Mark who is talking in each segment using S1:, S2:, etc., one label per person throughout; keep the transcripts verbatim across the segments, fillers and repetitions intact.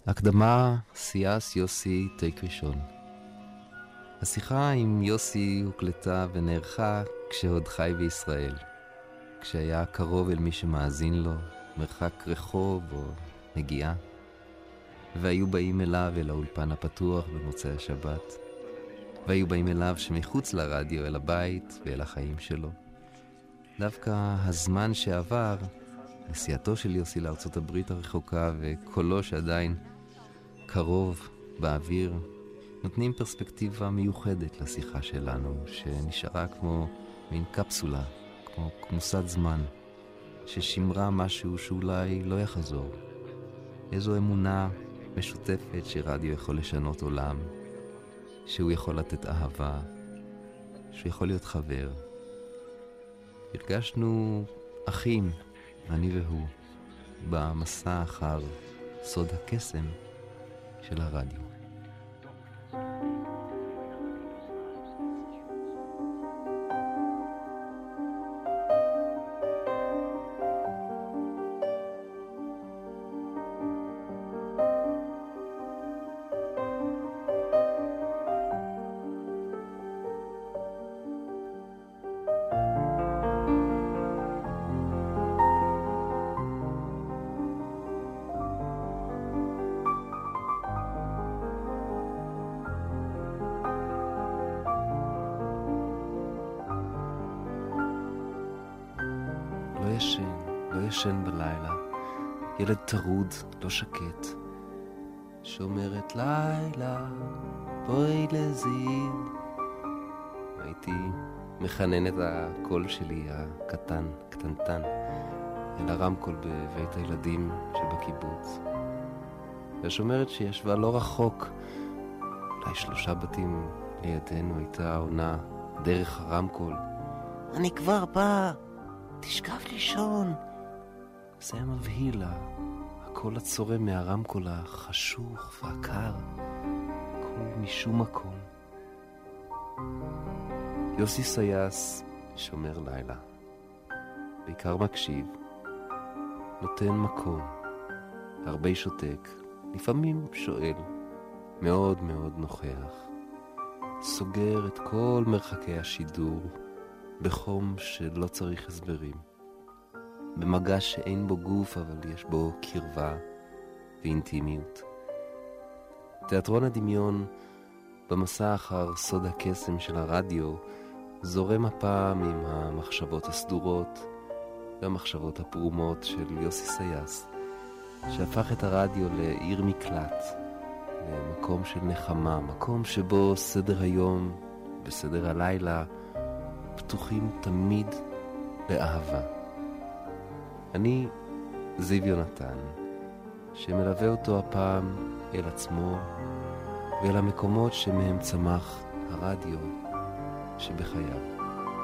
S1: הקדמה, סייס יוסי טייק ראשון. השיחה עם יוסי הוקלטה ונערכה כשעוד חי בישראל, כשהיה קרוב אל מי שמאזין לו, מרחק רחוב או נגיעה, והיו באים אליו אל האולפן הפתוח במוצאי השבת, והיו באים אליו שמחוץ לרדיו אל הבית ואל החיים שלו. דווקא הזמן שעבר, נסיעתו של יוסי לארצות הברית הרחוקה וקולו שעדיין קרוב באוויר, נותנים פרספקטיבה מיוחדת לשיחה שלנו, שנשארה כמו מין קפסולה, כמו כמוסת זמן, ששימרה משהו שאולי לא יחזור. איזו אמונה משותפת שרדיו יכול לשנות עולם, שהוא יכול לתת אהבה, שהוא יכול להיות חבר. הרגשנו אחים, אני והוא, במסע אחר סוד הקסם של הרדיו. לא ישן, לא ישן בלילה, ילד טרוד, לא שקט, שומרת לילה, בואי לזיד. הייתי מכנן את הקול שלי הקטן, קטנטן, אל הרמקול בבית הילדים שבקיבוץ. והשומרת שישבה לא רחוק, אולי שלושה בתים לידינו, הייתה עונה דרך הרמקול, אני כבר בא, תשכב לישון. זה היה מבהיל לה, הקול הצורם מהרמקול החשוך והקר, קול משום מקום. יוסי סייס שומר לילה, בעיקר מקשיב, נותן מקום, הרבה שותק, לפעמים שואל, מאוד מאוד נוכח, סוגר את כל מרחקי השידור, בחום שלא צריך הסברים, במגע שאין בו גוף אבל יש בו קרבה ואינטימיות. תיאטרון הדמיון במסע אחר סוד הקסם של הרדיו זורם הפעם עם המחשבות הסדורות והמחשבות הפרומות של יוסי סייס, שהפך את הרדיו לעיר מקלט, למקום של נחמה, מקום שבו סדר היום וסדר הלילה פתוחים תמיד לאהבה. אני זיו יונתן, שמלווה אותו הפעם אל עצמו ואל המקומות שמהם צמח הרדיו שבחייו.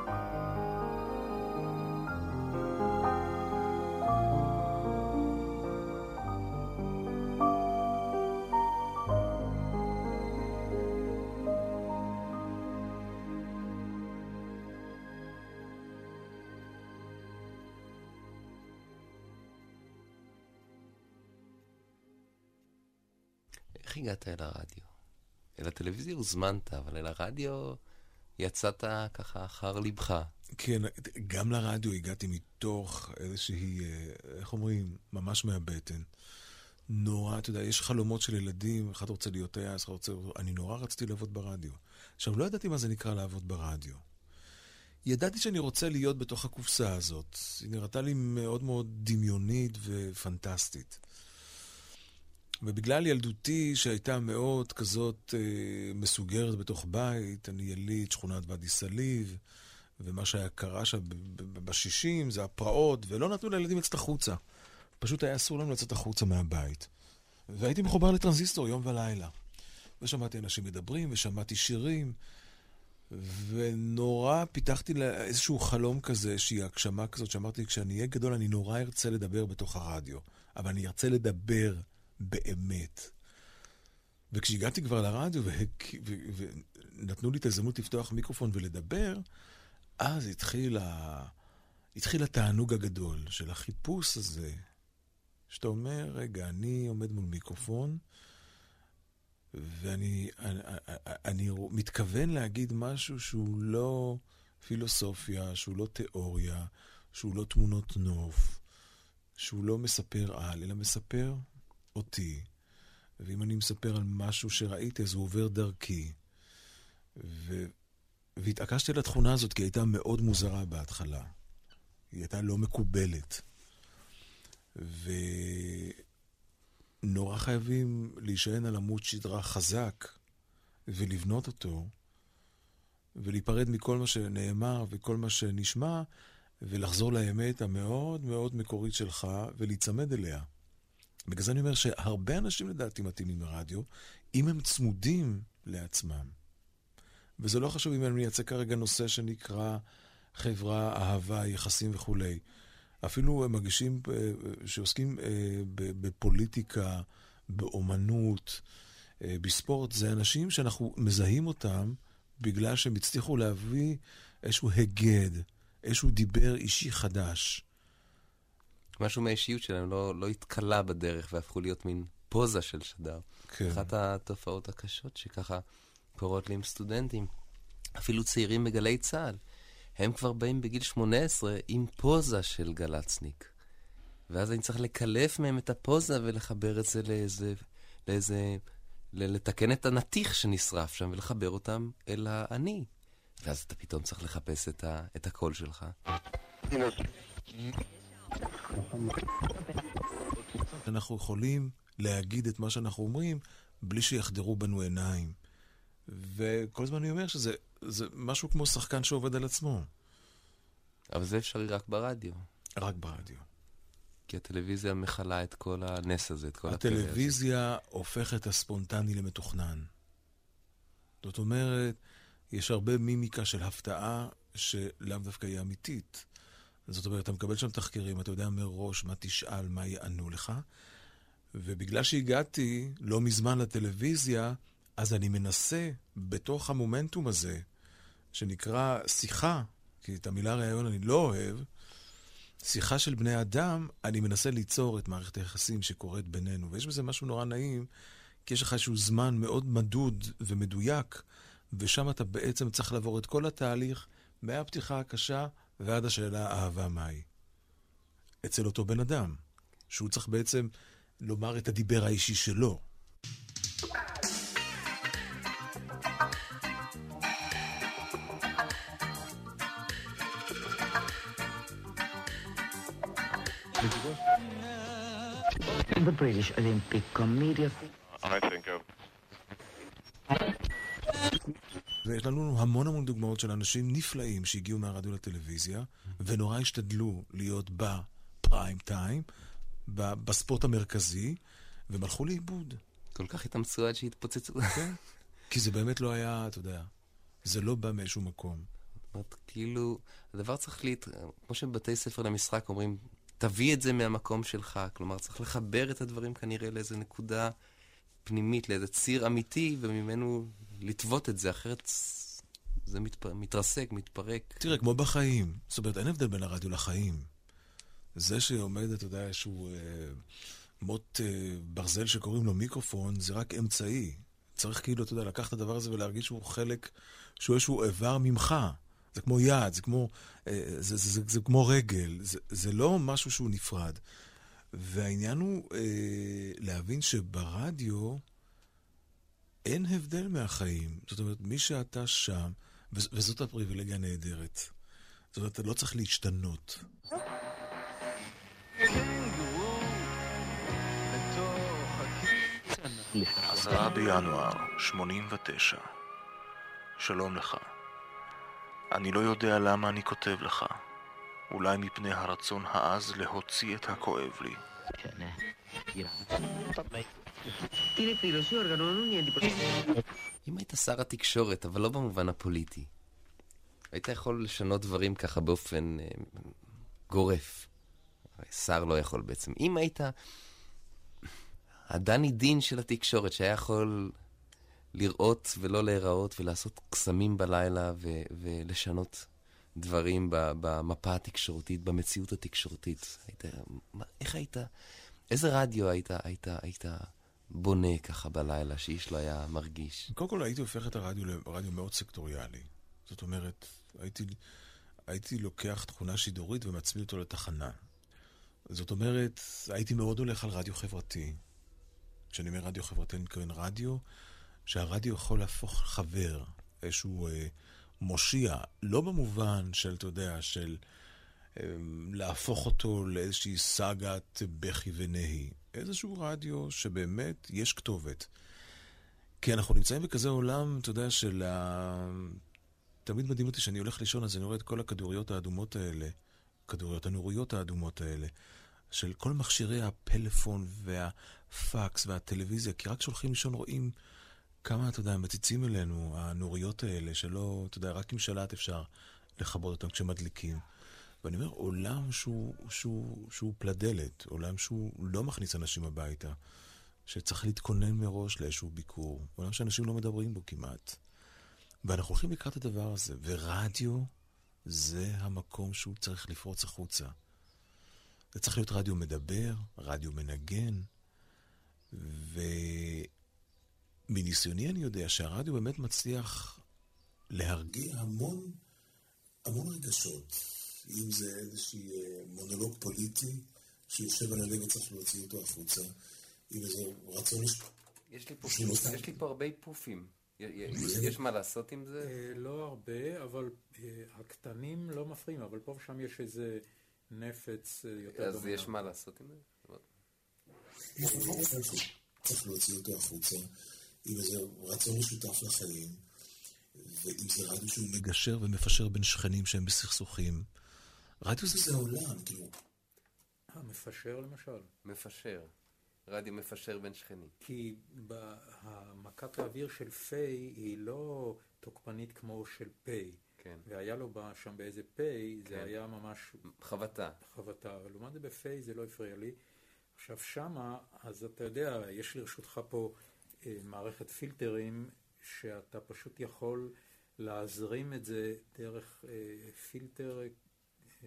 S1: איך הגעת אל הרדיו? אל הטלוויזיה הוזמנת, אבל אל הרדיו יצאת ככה אחר לבך.
S2: כן, גם לרדיו הגעתי מתוך איזושהי, איך אומרים, ממש מהבטן. נורא, אתה יודע, יש חלומות של ילדים, אחד רוצה להיות טייס, אחד רוצה... אני נורא רציתי לעבוד ברדיו. עכשיו, לא ידעתי מה זה נקרא לעבוד ברדיו. ידעתי שאני רוצה להיות בתוך הקופסה הזאת. היא נראתה לי מאוד מאוד דמיונית ופנטסטית. ובגלל ילדותי שהייתה מאוד כזאת אה, מסוגרת בתוך בית, אני יליד שכונת ואדי סאליב, ומה שהיה קרה שם בשישים זה הפרעות, ולא נתנו לילדים לצאת החוצה. פשוט היה אסור לנו לצאת החוצה מהבית. והייתי מחובר לטרנזיסטור יום ולילה. ושמעתי אנשים מדברים, ושמעתי שירים, ונורא פיתחתי איזשהו חלום כזה, שהיא הגשמה כזאת, שאמרתי, כשאני אהיה גדול, אני נורא ארצה לדבר בתוך הרדיו. אבל אני ארצה לדבר באמת. וכשהגעתי כבר לרדיו ונתנו לי את ההזדמנות לפתוח מיקרופון ולדבר, אז התחיל, ה... התחיל התענוג הגדול של החיפוש הזה שאתה אומר, רגע, אני עומד מול מיקרופון, ואני אני, אני מתכוון להגיד משהו שהוא לא פילוסופיה, שהוא לא תיאוריה, שהוא לא תמונות נוף, שהוא לא מספר על, אלא מספר אותי. ואם אני מספר על משהו שראיתי, אז הוא עובר דרכי. ו... והתעקשתי על התכונה הזאת, כי היא הייתה מאוד מוזרה בהתחלה. היא הייתה לא מקובלת. ונורא חייבים להישען על עמוד שדרה חזק, ולבנות אותו, ולהיפרד מכל מה שנאמר וכל מה שנשמע, ולחזור לאמת המאוד מאוד מקורית שלך, ולהצמד אליה. בגלל זה אני אומר שהרבה אנשים לדעתי מתאימים ברדיו, אם הם צמודים לעצמם. וזה לא חשוב אם אני מייצא כרגע נושא שנקרא חברה, אהבה, יחסים וכו'. אפילו הם מגישים שעוסקים בפוליטיקה, באומנות, בספורט, זה אנשים שאנחנו מזהים אותם בגלל שהם הצליחו להביא איזשהו הגד, איזשהו דיבר אישי חדש.
S1: משהו מהאישיות שלהם לא, לא התקלה בדרך והפכו להיות מין פוזה של שדר. כן. אחת התופעות הקשות שככה קורות לי עם סטודנטים, אפילו צעירים בגלי צהל, הם כבר באים בגיל שמונה עשרה עם פוזה של גלצניק. ואז אני צריך לקלף מהם את הפוזה ולחבר את זה לאיזה, לאיזה, לתקן את הנתיך שנשרף שם ולחבר אותם אל האני. ואז אתה פתאום צריך לחפש את, ה, את הקול שלך.
S2: אנחנו יכולים להגיד את מה שאנחנו אומרים בלי שיחדרו בנו עיניים. וכל הזמן אני אומר שזה זה משהו כמו שחקן שעובד על עצמו.
S1: אבל זה אפשרי רק ברדיו.
S2: רק ברדיו.
S1: כי הטלוויזיה מחלה את כל הנס הזה, את כל הפלא הזה.
S2: הטלוויזיה הופכת הספונטני למתוכנן. זאת אומרת, יש הרבה מימיקה של הפתעה שלאו דווקא היא אמיתית. זאת אומרת, אתה מקבל שם תחקירים, אתה יודע מראש מה תשאל, מה יענו לך. ובגלל שהגעתי לא מזמן לטלוויזיה, אז אני מנסה בתוך המומנטום הזה, שנקרא שיחה, כי את המילה ראיון אני לא אוהב, שיחה של בני אדם, אני מנסה ליצור את מערכת היחסים שקורית בינינו. ויש בזה משהו נורא נעים, כי יש לך איזשהו זמן מאוד מדוד ומדויק, ושם אתה בעצם צריך לעבור את כל התהליך, מהפתיחה הקשה ועד השאלה אהבה מהי. אצל אותו בן אדם, שהוא צריך בעצם לומר את הדיבר האישי שלו.
S3: The British Olympic Committee.
S4: I think of
S2: ויש לנו המון המון דוגמאות של אנשים נפלאים שהגיעו מהרדיו לטלוויזיה, ונורא השתדלו להיות בפריים טיים, בספורט המרכזי, והם הלכו לאיבוד.
S1: כל כך התאמצו עד שהתפוצצו.
S2: כן, כי זה באמת לא היה, אתה יודע, זה לא בא מאיזשהו מקום.
S1: זאת אומרת, כאילו, הדבר צריך להת... כמו שבתי ספר למשחק אומרים, תביא את זה מהמקום שלך. כלומר, צריך לחבר את הדברים כנראה לאיזו נקודה פנימית, לאיזה ציר אמיתי, וממנו לטוות את זה, אחרת זה מת... מתרסק, מתפרק.
S2: תראה, כמו בחיים. זאת אומרת, אין הבדל בין הרדיו לחיים. זה שעומד, אתה יודע, איזשהו אה, מוט אה, ברזל שקוראים לו מיקרופון, זה רק אמצעי. צריך כאילו, אתה יודע, לקחת את הדבר הזה ולהרגיש שהוא חלק, שהוא איזשהו איבר ממך. זה כמו יד, זה כמו, אה, זה, זה, זה, זה כמו רגל. זה, זה לא משהו שהוא נפרד. והעניין הוא אה, להבין שברדיו אין הבדל מהחיים. זאת אומרת, מי שאתה שם, ו- וזאת הפריבילגיה הנהדרת. זאת אומרת, אתה לא צריך להשתנות.
S4: עשרה בינואר שמונים ותשע. שלום לך. אני לא יודע למה אני כותב לך. אולי מפני הרצון העז להוציא את הכואב לי.
S1: אם היית שר התקשורת, אבל לא במובן הפוליטי, היית יכול לשנות דברים ככה באופן אה, גורף. שר לא יכול בעצם. אם היית הדני דין של התקשורת, שהיה יכול לראות ולא להיראות ולעשות קסמים בלילה ו- ולשנות דברים במפה התקשורתית, במציאות התקשורתית. היית, מה, איך היית, איזה רדיו היית, היית, היית בונה ככה בלילה, שאיש לא היה מרגיש?
S2: קודם כל הייתי הופך את הרדיו לרדיו מאוד סקטוריאלי. זאת אומרת, הייתי, הייתי לוקח תכונה שידורית ומצמיד אותו לתחנה. זאת אומרת, הייתי מאוד הולך על רדיו חברתי. כשאני אומר רדיו חברתי, אני מתכוון רדיו, שהרדיו יכול להפוך חבר, איזשהו אה, מושיע, לא במובן של, אתה יודע, של אה, להפוך אותו לאיזושהי סאגת בכי ונהי. איזשהו רדיו שבאמת יש כתובת. כי אנחנו נמצאים בכזה עולם, אתה יודע, של... ה... תמיד מדהים אותי שאני הולך לישון, אז אני רואה את כל הכדוריות האדומות האלה, כדוריות הנוריות האדומות האלה, של כל מכשירי הפלאפון והפקס והטלוויזיה, כי רק שהולכים לישון רואים כמה, אתה יודע, מציצים אלינו, הנוריות האלה, שלא, אתה יודע, רק עם שלט אפשר לכבות אותם כשמדליקים. ואני אומר, עולם שהוא, שהוא, שהוא פלדלת, עולם שהוא לא מכניס אנשים הביתה, שצריך להתכונן מראש לאיזשהו ביקור, עולם שאנשים לא מדברים בו כמעט. ואנחנו הולכים לקראת הדבר הזה, ורדיו זה המקום שהוא צריך לפרוץ החוצה. זה צריך להיות רדיו מדבר, רדיו מנגן, ומניסיוני אני יודע שהרדיו באמת מצליח להרגיע המון, המון רגשות. אם זה איזושהי מונולוג פוליטי שיושב על הלב וצריך להוציא אותו החוצה, אם זה רצון...
S1: יש לי פה, יש לי פה הרבה פופים. יש מה לעשות עם זה?
S5: לא הרבה, אבל הקטנים לא מפריעים, אבל פה ושם יש איזה נפץ יותר דומה.
S1: אז יש מה לעשות עם זה?
S2: צריך להוציא אותו החוצה, אם זה רצון משותף לחיים, ואם זה רדיו שהוא מגשר ומפשר בין שכנים שהם בסכסוכים. רדיו זה זה עולם, כאילו.
S5: מפשר למשל.
S1: מפשר. רדיו מפשר בין שכנים.
S5: כי המכת האוויר של פי היא לא תוקפנית כמו של פי.
S1: כן.
S5: והיה לו שם באיזה פי, זה
S1: כן.
S5: היה ממש...
S1: חבטה.
S5: חבטה. אבל לעומת זה בפי זה לא הפריע לי. עכשיו שמה, אז אתה יודע, יש לרשותך פה אה, מערכת פילטרים, שאתה פשוט יכול להזרים את זה דרך אה, פילטר... אה,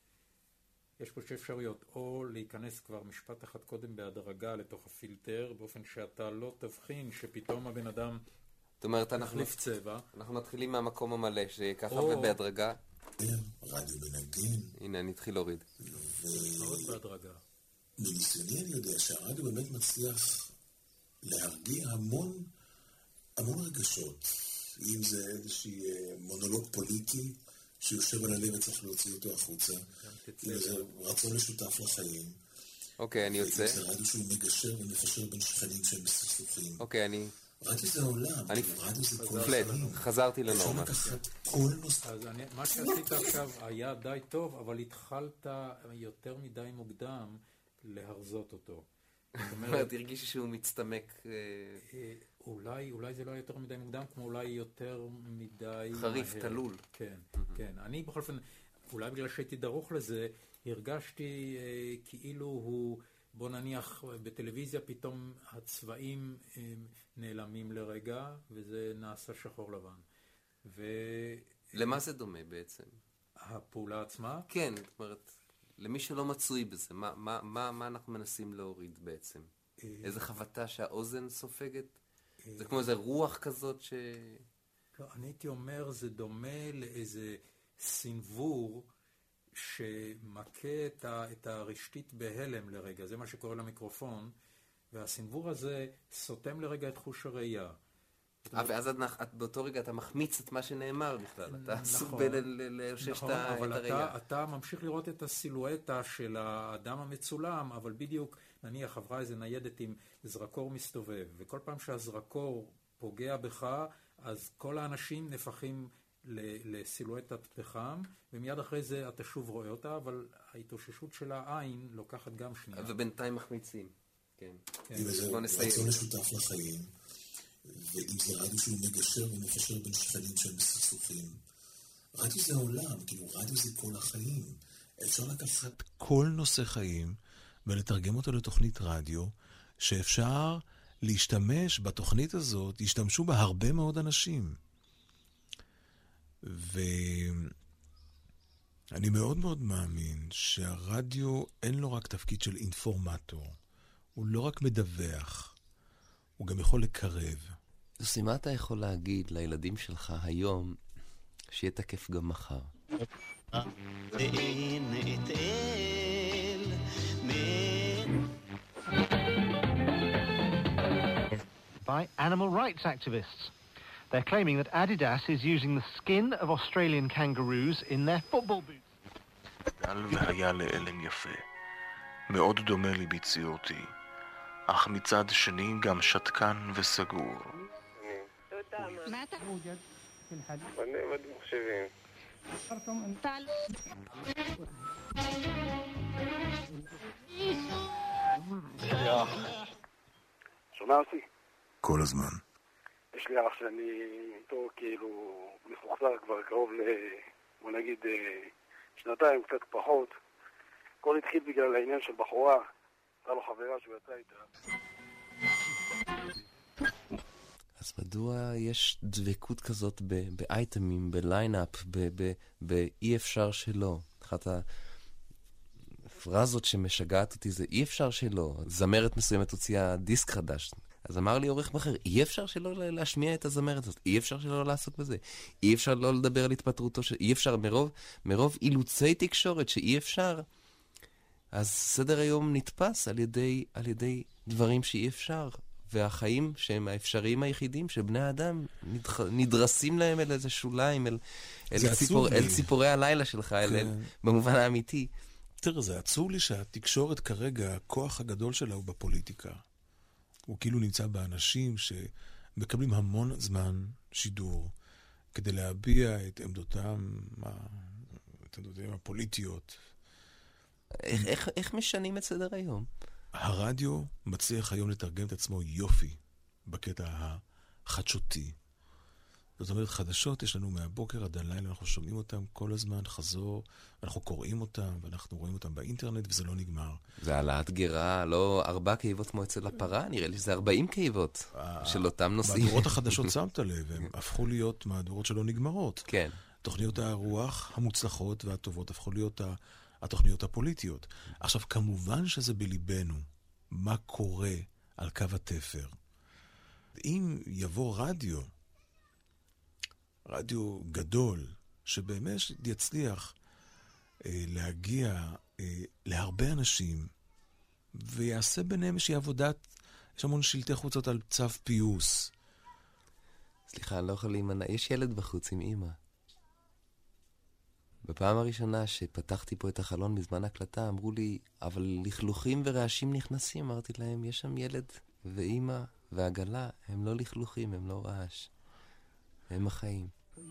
S5: יש פה שתי אפשרויות, או להיכנס כבר משפט אחד קודם בהדרגה לתוך הפילטר, באופן שאתה לא תבחין שפתאום הבן אדם
S1: זאת אומרת, אנחנו,
S5: מחליף צבע.
S1: אנחנו מתחילים מהמקום המלא, שככה
S5: או...
S1: בהדרגה.
S2: רדיו מנגן.
S1: הנה, אני אתחיל להוריד.
S5: מאוד בהדרגה.
S2: מניסיוני אני יודע שהרדיו באמת מצליח להרגיע המון, המון רגשות. אם זה איזושהי מונולוג פוליטי, שיושב על הלב וצריך להוציא אותו החוצה. אם זה רצון משותף לחיים.
S1: אוקיי, אני יוצא.
S2: אם זה רדיו שהוא מגשר ומפשר בין שכנים שהם בסכסוכים.
S1: אוקיי, אני...
S2: רדיו זה העולם. רדיו זה כל
S1: פלט,
S2: החיים.
S1: חזרתי לנורמה.
S5: אז אני, מה שעשית עכשיו היה די טוב, אבל התחלת יותר מדי מוקדם להרזות אותו.
S1: זאת אומרת, הרגישי שהוא מצטמק...
S5: אולי, אולי זה לא יותר מדי מוקדם, כמו אולי יותר מדי...
S1: חריף, תלול.
S5: כן, כן. אני בכל אופן, אולי בגלל שהייתי דרוך לזה, הרגשתי אה, כאילו הוא, בוא נניח, בטלוויזיה פתאום הצבעים אה, נעלמים לרגע, וזה נעשה שחור לבן. ו...
S1: למה זה דומה בעצם?
S5: הפעולה עצמה?
S1: כן, זאת אומרת, למי שלא מצוי בזה, מה, מה, מה, מה אנחנו מנסים להוריד בעצם? איזה חבטה שהאוזן סופגת? זה כמו איזה רוח כזאת ש...
S5: לא, אני הייתי אומר, זה דומה לאיזה סנבור שמכה את, ה, את הרשתית בהלם לרגע. זה מה שקורה למיקרופון, והסנבור הזה סותם לרגע את חוש הראייה.
S1: אה, ואז את, את, באותו רגע אתה מחמיץ את מה שנאמר בכלל. אתה עסוק בלאושש את הראייה.
S5: אבל אתה, אתה ממשיך לראות את הסילואטה של האדם המצולם, אבל בדיוק, נניח, עברה איזה ניידת עם זרקור מסתובב, וכל פעם שהזרקור פוגע בך, אז כל האנשים נפחים לסילואטת פחם, ומיד אחרי זה אתה שוב רואה אותה, אבל ההתאוששות של העין לוקחת גם שנייה.
S1: ובינתיים מחמיצים. כן.
S2: אם זה רצון משותף לחיים, ואם זה רדיו שהוא מגשר ומפשר בין שכנים שהם בסכסוכים. רדיו זה העולם, כאילו רדיו זה כל החיים. אפשר לקחת כל נושא חיים ולתרגם אותו לתוכנית רדיו, שאפשר להשתמש בתוכנית הזאת, ישתמשו בה הרבה מאוד אנשים. ואני מאוד מאוד מאמין שהרדיו אין לו רק תפקיד של אינפורמטור. הוא לא רק מדווח, הוא גם יכול לקרב.
S1: יוסי, מה אתה יכול להגיד לילדים שלך היום שיהיה תקף גם מחר?
S6: By animal rights activists. They're claiming that Adidas is using the skin of Australian kangaroos in their football boots.
S4: גדל והיה לאלם יפה, מאוד דומה לי בציורתי, אך מצד שני גם שתקן וסגור.
S7: ما توجد في الحديث
S8: ونعمة المخشبين
S9: שומע אותי?
S2: כל הזמן.
S9: יש לי אח שאני איתו כאילו מסוכסך כבר קרוב ל... בוא נגיד שנתיים, קצת פחות. הכל התחיל בגלל העניין של בחורה, הייתה לו חברה שהוא יצא איתה.
S1: אז מדוע יש דבקות כזאת ב- באייטמים, בליינאפ, ב- ב- באי אפשר שלא? אחת הפרזות שמשגעת אותי זה אי אפשר שלא. זמרת מסוימת הוציאה דיסק חדש. אז אמר לי עורך מחר, אי אפשר שלא להשמיע את הזמרת הזאת, אי אפשר שלא לעסוק בזה, אי אפשר לא לדבר על התפטרותו, ש... אי אפשר מרוב, מרוב אילוצי תקשורת שאי אפשר, אז סדר היום נתפס על ידי, על ידי דברים שאי אפשר. והחיים שהם האפשריים היחידים של בני האדם נדח... נדרסים להם אל איזה שוליים, אל, אל, ציפור... אל ציפורי הלילה שלך, כן. אל, אל... במובן האמיתי.
S2: תראה, זה עצוב לי שהתקשורת כרגע, הכוח הגדול שלה הוא בפוליטיקה. הוא כאילו נמצא באנשים שמקבלים המון זמן שידור כדי להביע את עמדותם, את עמדותיהם הפוליטיות.
S1: איך, איך, איך משנים את סדר היום?
S2: הרדיו מצליח היום לתרגם את עצמו יופי בקטע החדשותי. זאת אומרת, חדשות יש לנו מהבוקר עד הלילה, אנחנו שומעים אותם כל הזמן, חזור, אנחנו קוראים אותם, ואנחנו רואים אותם באינטרנט, וזה לא נגמר.
S1: זה העלאת גירה, לא ארבע כאיבות כמו אצל הפרה, נראה לי שזה ארבעים כאיבות של אותם נושאים.
S2: מהדורות החדשות שמת לב, הם הפכו להיות מהדורות שלא נגמרות.
S1: כן.
S2: תוכניות הרוח המוצלחות והטובות הפכו להיות התוכניות הפוליטיות. עכשיו, כמובן שזה בליבנו, מה קורה על קו התפר. אם יבוא רדיו, רדיו גדול, שבאמת יצליח אה, להגיע אה, להרבה אנשים, ויעשה ביניהם איזושהי עבודת, יש המון שלטי חוצות על צו פיוס.
S1: סליחה, אני לא יכול להימנע. יש ילד בחוץ עם אמא. בפעם הראשונה שפתחתי פה את החלון בזמן הקלטה, אמרו לי, אבל לכלוכים ורעשים נכנסים. אמרתי להם, יש שם ילד ואמא ועגלה, הם לא לכלוכים, הם לא רעש. הם החיים.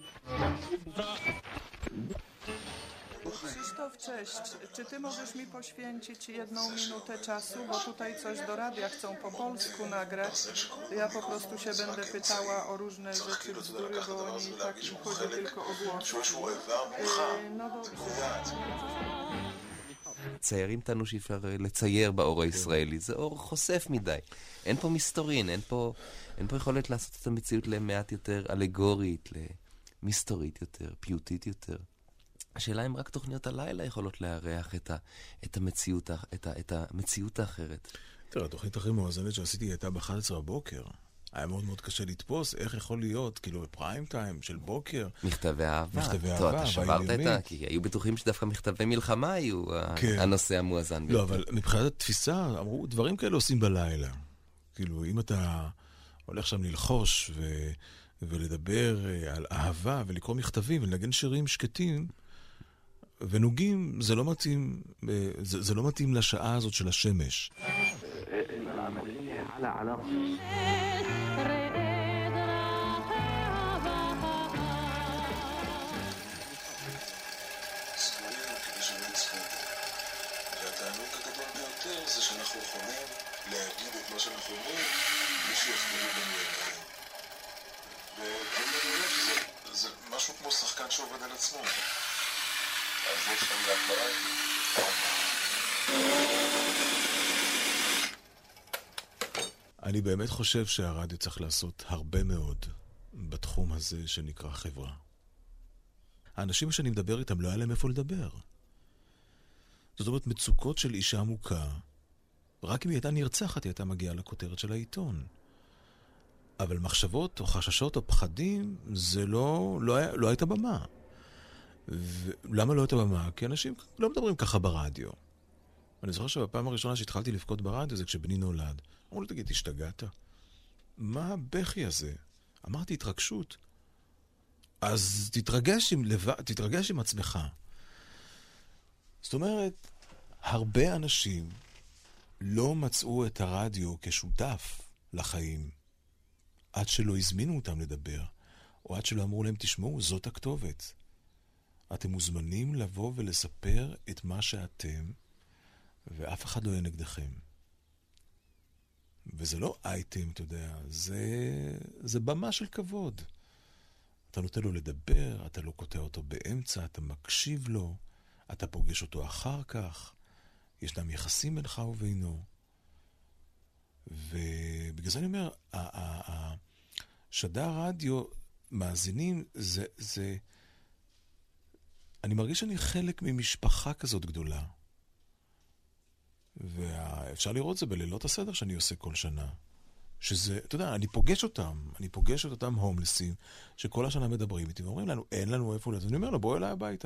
S10: Krzysztof, cześć. Czy ty możesz mi poświęcić jedną minutę czasu, bo tutaj coś do radia chcą po polsku nagrać. Ja po prostu się będę pytała o różne rzeczy, bzdury, bo oni tak im chodzi tylko o głos. No dobrze.
S1: ציירים טענו שאפשר לצייר באור הישראלי. זה אור חושף מדי. אין פה מסתורין, אין פה, אין פה יכולת לעשות את המציאות למעט יותר אלגורית, למסתורית יותר, פיוטית יותר. השאלה אם רק תוכניות הלילה יכולות לארח את, ה, את, המציאות, את, ה, את המציאות האחרת.
S2: תראה, התוכנית הכי מואזנת שעשיתי הייתה ב-אחת עשרה בבוקר. היה מאוד מאוד קשה לתפוס איך יכול להיות, כאילו בפריים טיים של בוקר.
S1: מכתבי אהבה.
S2: מכתבי
S1: טוב,
S2: אהבה,
S1: אתה שברת את ה... כי היו בטוחים שדווקא מכתבי מלחמה היו כן. הנושא המואזן.
S2: לא, אבל מבחינת התפיסה, אמרו, דברים כאלה עושים בלילה. כאילו, אם אתה הולך שם ללחוש ו... ולדבר על אהבה ולקרוא מכתבים ולנגן שירים שקטים ונוגים, זה לא מתאים, זה, זה לא מתאים לשעה הזאת של השמש.
S11: והתענוג הגדול ביותר זה שאנחנו יכולים להגיד את מה שאנחנו אומרים בלי שיחזרו בנו עיניים. ואני מניח שזה משהו כמו שחקן שעובד על עצמו. אז יש לך מילה אחריי?
S2: אני באמת חושב שהרדיו צריך לעשות הרבה מאוד בתחום הזה שנקרא חברה. האנשים שאני מדבר איתם לא היה להם איפה לדבר. זאת אומרת, מצוקות של אישה מוכה רק אם היא הייתה נרצחת, היא הייתה מגיעה לכותרת של העיתון. אבל מחשבות או חששות או פחדים, זה לא, לא, היה, לא הייתה במה. ולמה לא הייתה במה? כי אנשים לא מדברים ככה ברדיו. אני זוכר שבפעם הראשונה שהתחלתי לבכות ברדיו זה כשבני נולד. אמרו לי, תגיד, השתגעת? מה הבכי הזה? אמרתי, התרגשות. אז תתרגש עם, לב... תתרגש עם עצמך. זאת אומרת, הרבה אנשים לא מצאו את הרדיו כשותף לחיים, עד שלא הזמינו אותם לדבר, או עד שלא אמרו להם, תשמעו, זאת הכתובת. אתם מוזמנים לבוא ולספר את מה שאתם, ואף אחד לא יהיה נגדכם. וזה לא אייטם, אתה יודע, זה, זה במה של כבוד. אתה נותן לו לדבר, אתה לא קוטע אותו באמצע, אתה מקשיב לו, אתה פוגש אותו אחר כך, ישנם יחסים בינך ובינו. ובגלל זה אני אומר, שדר רדיו, מאזינים, זה, זה, אני מרגיש שאני חלק ממשפחה כזאת גדולה. ואפשר לראות זה בלילות הסדר שאני עושה כל שנה. שזה, אתה יודע, אני פוגש אותם, אני פוגש את אותם הומלסים, שכל השנה מדברים איתי, ואומרים לנו, אין לנו איפה לזה. אני אומר לו, בוא אליי הביתה.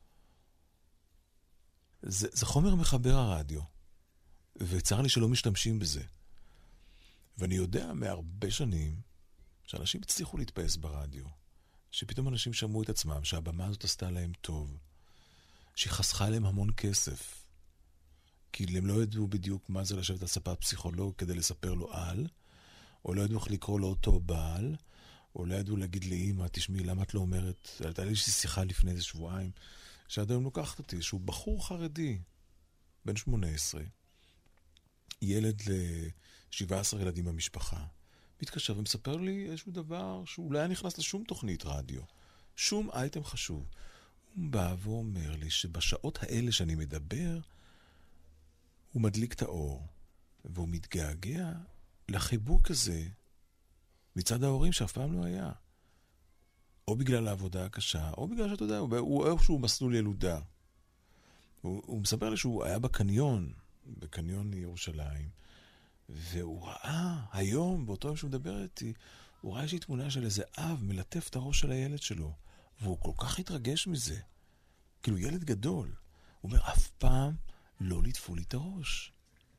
S2: זה, זה חומר מחבר הרדיו, וצר לי שלא משתמשים בזה. ואני יודע מהרבה שנים, שאנשים הצליחו להתפייס ברדיו, שפתאום אנשים שמעו את עצמם, שהבמה הזאת עשתה להם טוב, שהיא חסכה להם המון כסף, כי הם לא ידעו בדיוק מה זה לשבת על ספת פסיכולוג כדי לספר לו על, או לא ידעו איך לקרוא לו אותו בעל, או לא ידעו להגיד לאמא, תשמעי, למה את לא אומרת, הייתה לי שיחה לפני איזה שבועיים, שעד היום לוקחת אותי, שהוא בחור חרדי, בן שמונה עשרה, ילד ל-שבעה עשר ילדים במשפחה, מתקשר ומספר לי איזשהו דבר שאולי היה נכנס לשום תוכנית רדיו, שום אייטם חשוב. הוא בא ואומר לי שבשעות האלה שאני מדבר, הוא מדליק את האור, והוא מתגעגע לחיבוק הזה מצד ההורים שאף פעם לא היה. או בגלל העבודה הקשה, או בגלל שאתה יודע, הוא איזשהו מסלול ילודה. הוא, הוא מספר לי שהוא היה בקניון, בקניון ירושלים, והוא ראה היום, באותו יום שהוא מדבר איתי, הוא ראה איזושהי תמונה של איזה אב מלטף את הראש של הילד שלו, והוא כל כך התרגש מזה. כאילו ילד גדול. הוא אומר, אף פעם לא לטפו לי את הראש.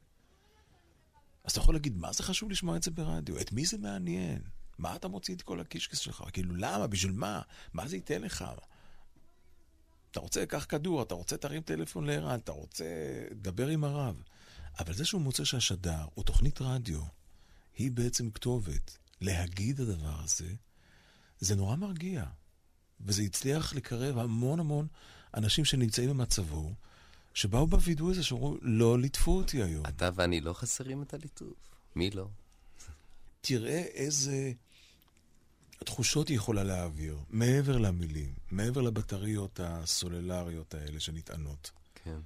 S2: אז אתה יכול להגיד, מה זה חשוב לשמוע את זה ברדיו? את מי זה מעניין? מה אתה מוציא את כל הקישקס שלך? כאילו, למה? בשביל מה? מה זה ייתן לך? אתה רוצה לקח כדור, אתה רוצה תרים טלפון לערן, אתה רוצה לדבר עם הרב. אבל זה שהוא מוצא שהשדר, או תוכנית רדיו, היא בעצם כתובת להגיד הדבר הזה, זה נורא מרגיע. וזה הצליח לקרב המון המון אנשים שנמצאים במצבו, שבאו בווידאו הזה שאומרו, לא ליטפו אותי היום.
S1: אתה ואני לא חסרים את הליטוף. מי לא?
S2: תראה איזה תחושות היא יכולה להעביר, מעבר למילים, מעבר לבטריות הסוללריות האלה שנטענות.
S1: כן.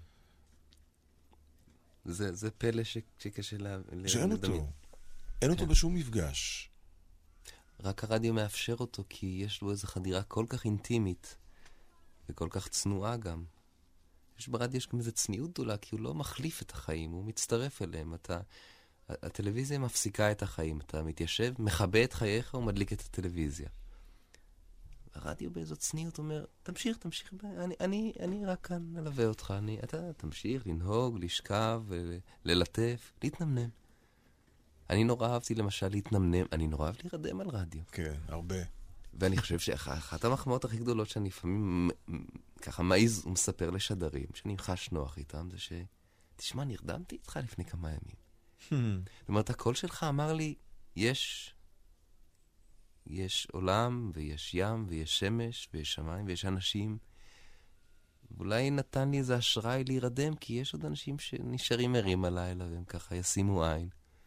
S1: זה, זה פלא ש, שקשה לה,
S2: שאין
S1: לדמיין.
S2: אותו. אין אותו בשום מפגש.
S1: רק הרדיו מאפשר אותו, כי יש לו איזו חדירה כל כך אינטימית, וכל כך צנועה גם. יש ברדיו יש גם איזו צניעות גדולה, כי הוא לא מחליף את החיים, הוא מצטרף אליהם. אתה, הטלוויזיה מפסיקה את החיים, אתה מתיישב, מכבה את חייך ומדליק את הטלוויזיה. הרדיו באיזו צניעות אומר, תמשיך, תמשיך, אני, אני, אני רק כאן מלווה אותך, אני, אתה תמשיך לנהוג, לשכב, ללטף, להתנמנם. אני נורא אהבתי למשל להתנמנם, אני נורא אהב להירדם על רדיו.
S2: כן, הרבה.
S1: ואני חושב שאחת המחמאות הכי גדולות שאני לפעמים ככה מעיז ומספר לשדרים, שאני חש נוח איתם, זה ש... תשמע, נרדמתי איתך לפני כמה ימים. זאת אומרת, הקול שלך אמר לי, יש... יש עולם, ויש ים, ויש שמש, ויש שמיים, ויש אנשים. ואולי נתן לי איזה אשראי להירדם, כי יש עוד אנשים שנשארים ערים הלילה, והם ככה ישימו עין.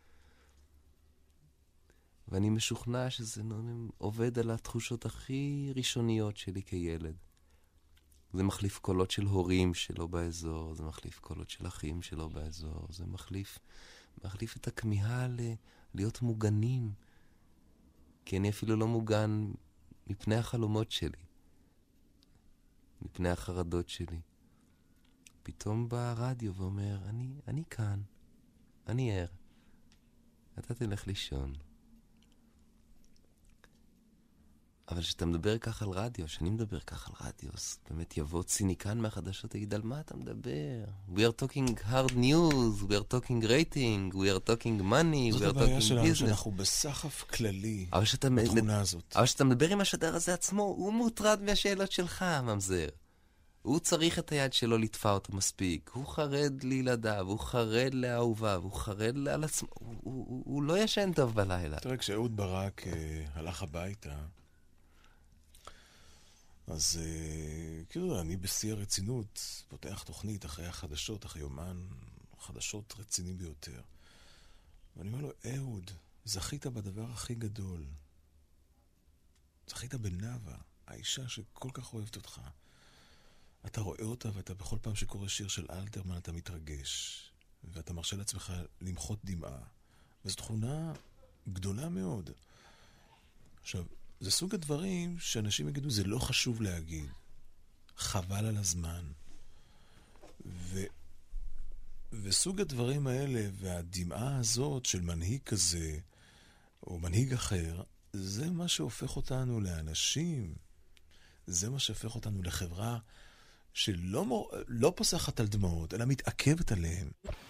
S1: ואני משוכנע שזה עובד על התחושות הכי ראשוניות שלי כילד. זה מחליף קולות של הורים שלא באזור, זה מחליף קולות של אחים שלא באזור, זה מחליף, מחליף את הכמיהה ל- להיות מוגנים. כי אני אפילו לא מוגן מפני החלומות שלי, מפני החרדות שלי. פתאום בא הרדיו ואומר, אני, אני כאן. אני ער. אתה תלך לישון. אבל כשאתה מדבר כך על רדיו, שאני מדבר כך על רדיו, אז באמת יבוא ציניקן מהחדשות, תגיד, על מה אתה מדבר? We are talking hard news, we are talking rating, we are talking money, we are talking business. זאת הבעיה שלנו,
S2: שאנחנו בסחף כללי
S1: בתכונה הזאת. אבל כשאתה מדבר עם השדר הזה עצמו, הוא מוטרד מהשאלות שלך, ממזר. הוא צריך את היד שלו לתפע אותו מספיק. הוא חרד לילדיו, הוא חרד לאהוביו, הוא חרד על עצמו. הוא, הוא, הוא, הוא לא ישן טוב בלילה.
S2: תראה, כשאהוד ברק אה, הלך הביתה, אז uh, כאילו אני בשיא הרצינות פותח תוכנית אחרי החדשות, אחרי יומן חדשות רציני ביותר. ואני אומר לו, אהוד, זכית בדבר הכי גדול. זכית בנאווה, האישה שכל כך אוהבת אותך. אתה רואה אותה ואתה בכל פעם שקורא שיר של אלתרמן אתה מתרגש. ואתה מרשה לעצמך למחות דמעה. וזו תכונה גדולה מאוד. עכשיו, זה סוג הדברים שאנשים יגידו, זה לא חשוב להגיד. חבל על הזמן. ו... וסוג הדברים האלה, והדמעה הזאת של מנהיג כזה, או מנהיג אחר, זה מה שהופך אותנו לאנשים. זה מה שהופך אותנו לחברה שלא מור... לא פוסחת על דמעות, אלא מתעכבת עליהם.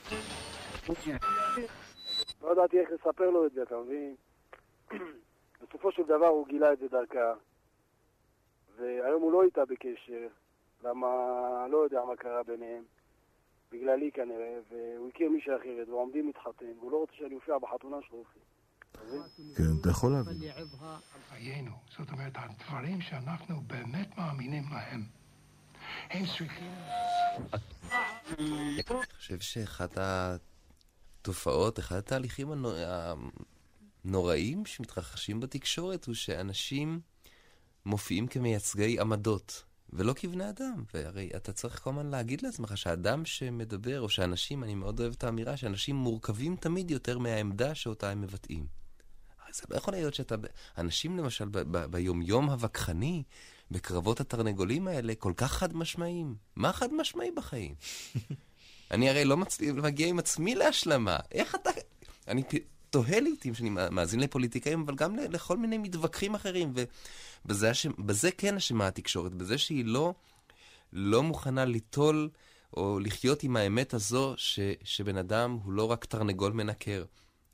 S9: לא ידעתי איך לספר לו את זה, אתה מבין? בסופו של דבר הוא גילה את זה דרכה, והיום הוא לא איתה בקשר, למה לא יודע מה קרה ביניהם, בגללי כנראה, והוא הכיר מישהי אחרת, ועומדים להתחתן, והוא לא רוצה שאני אופיע בחתונה שלו.
S2: כן, אתה יכול להבין.
S8: חיינו, זאת אומרת, הדברים שאנחנו באמת מאמינים להם, הם צריכים...
S1: אני חושב שאחת התופעות, אחד התהליכים הנוראים שמתרחשים בתקשורת הוא שאנשים מופיעים כמייצגי עמדות ולא כבני אדם. והרי אתה צריך כל הזמן להגיד לעצמך שהאדם שמדבר, או שאנשים, אני מאוד אוהב את האמירה, שאנשים מורכבים תמיד יותר מהעמדה שאותה הם מבטאים. זה לא יכול להיות שאתה... אנשים למשל ב- ב- ביומיום הווכחני, בקרבות התרנגולים האלה, כל כך חד משמעיים. מה חד משמעי בחיים? אני הרי לא מצליח, מגיע עם עצמי להשלמה. איך אתה... אני תוהה לעתים שאני מאזין לפוליטיקאים, אבל גם לכל מיני מתווכחים אחרים, ובזה השם, בזה כן אשמה התקשורת, בזה שהיא לא, לא מוכנה ליטול או לחיות עם האמת הזו, ש, שבן אדם הוא לא רק תרנגול מנקר.